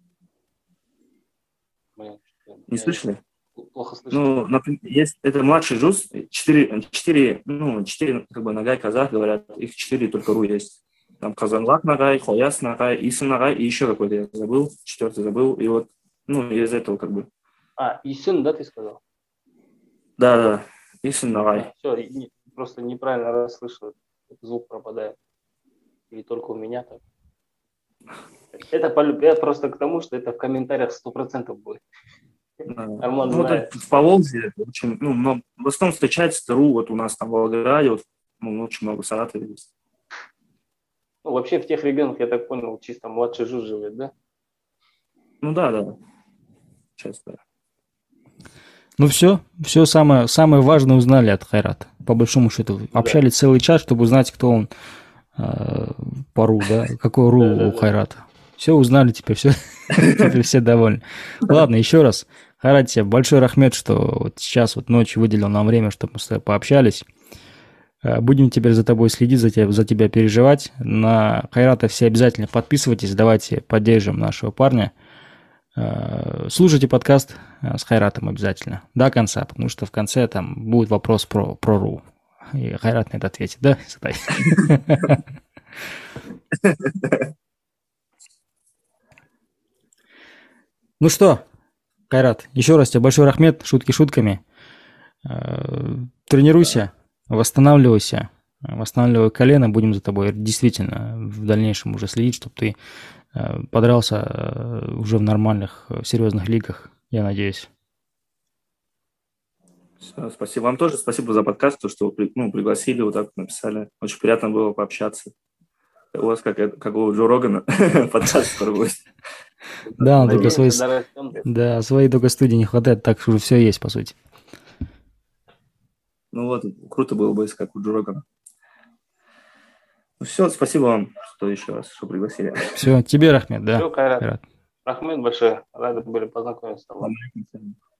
Не слышали? Плохо слышно. Ну, например, есть это младший жуз, четыре, четыре, ну, четыре, как бы, нагай казах говорят, их четыре только ру есть. Там Казанлак нагай, Хояс нагай, Исен нагай и еще какой-то я забыл, четвертый забыл, и вот, ну, из этого как бы. А, Исен, да, ты сказал? Да, да, Исен нагай. Все, просто неправильно расслышал, звук пропадает. Или только у меня так? Это полюб... Я просто к тому, что это в комментариях сто процентов будет. Да. Арман Ну, знает. это в Поволжье очень, ну, много, в основном встречается ТРУ, вот у нас там в Волгограде, вот, ну, очень много Саратове есть. Ну, вообще в тех регионах, я так понял, чисто младший жуз живет, да? Ну да, да. Сейчас, да. Ну все, все самое, самое важное узнали от Хайрата. По большому счету, Да. общались целый час, чтобы узнать, кто он э, по РУ, да, какой РУ Да, да, у да. Хайрата. Все узнали, теперь все, теперь все довольны. Ладно, еще раз. Хайрат, тебе большой рахмет, что вот сейчас вот ночью выделил нам время, чтобы мы с тобой пообщались. Э, Будем теперь за тобой следить, за тебя, за тебя переживать. На Хайрата все обязательно подписывайтесь, давайте поддержим нашего парня. Э, Слушайте подкаст э, с Хайратом обязательно до конца, потому что в конце там будет вопрос про, про РУ. И Хайрат на это ответит, да? Сатай? Ну что, Хайрат, еще раз тебе большой рахмет, шутки шутками. Э, Тренируйся, восстанавливайся, восстанавливай колено, будем за тобой действительно в дальнейшем уже следить, чтобы ты э, подрался э, уже в нормальных, э, серьезных лигах, я надеюсь. Всё, спасибо вам тоже, спасибо за подкаст, то, что вы, ну, пригласили, вот так написали. Очень приятно было пообщаться. У вас как, это- как у Джо Рогана подкаст скоро будет. Да, он только Надеемся, свои, дорастем. да, своей только студии не хватает, так что уже все есть, по сути. Ну вот, круто было бы, если как у Джо Рогана. Ну все, спасибо вам, что еще раз, что пригласили. Все, тебе рахмет, да. Все, Кайрат. Хайрат. Рахмет большое. Рады были познакомиться с тобой.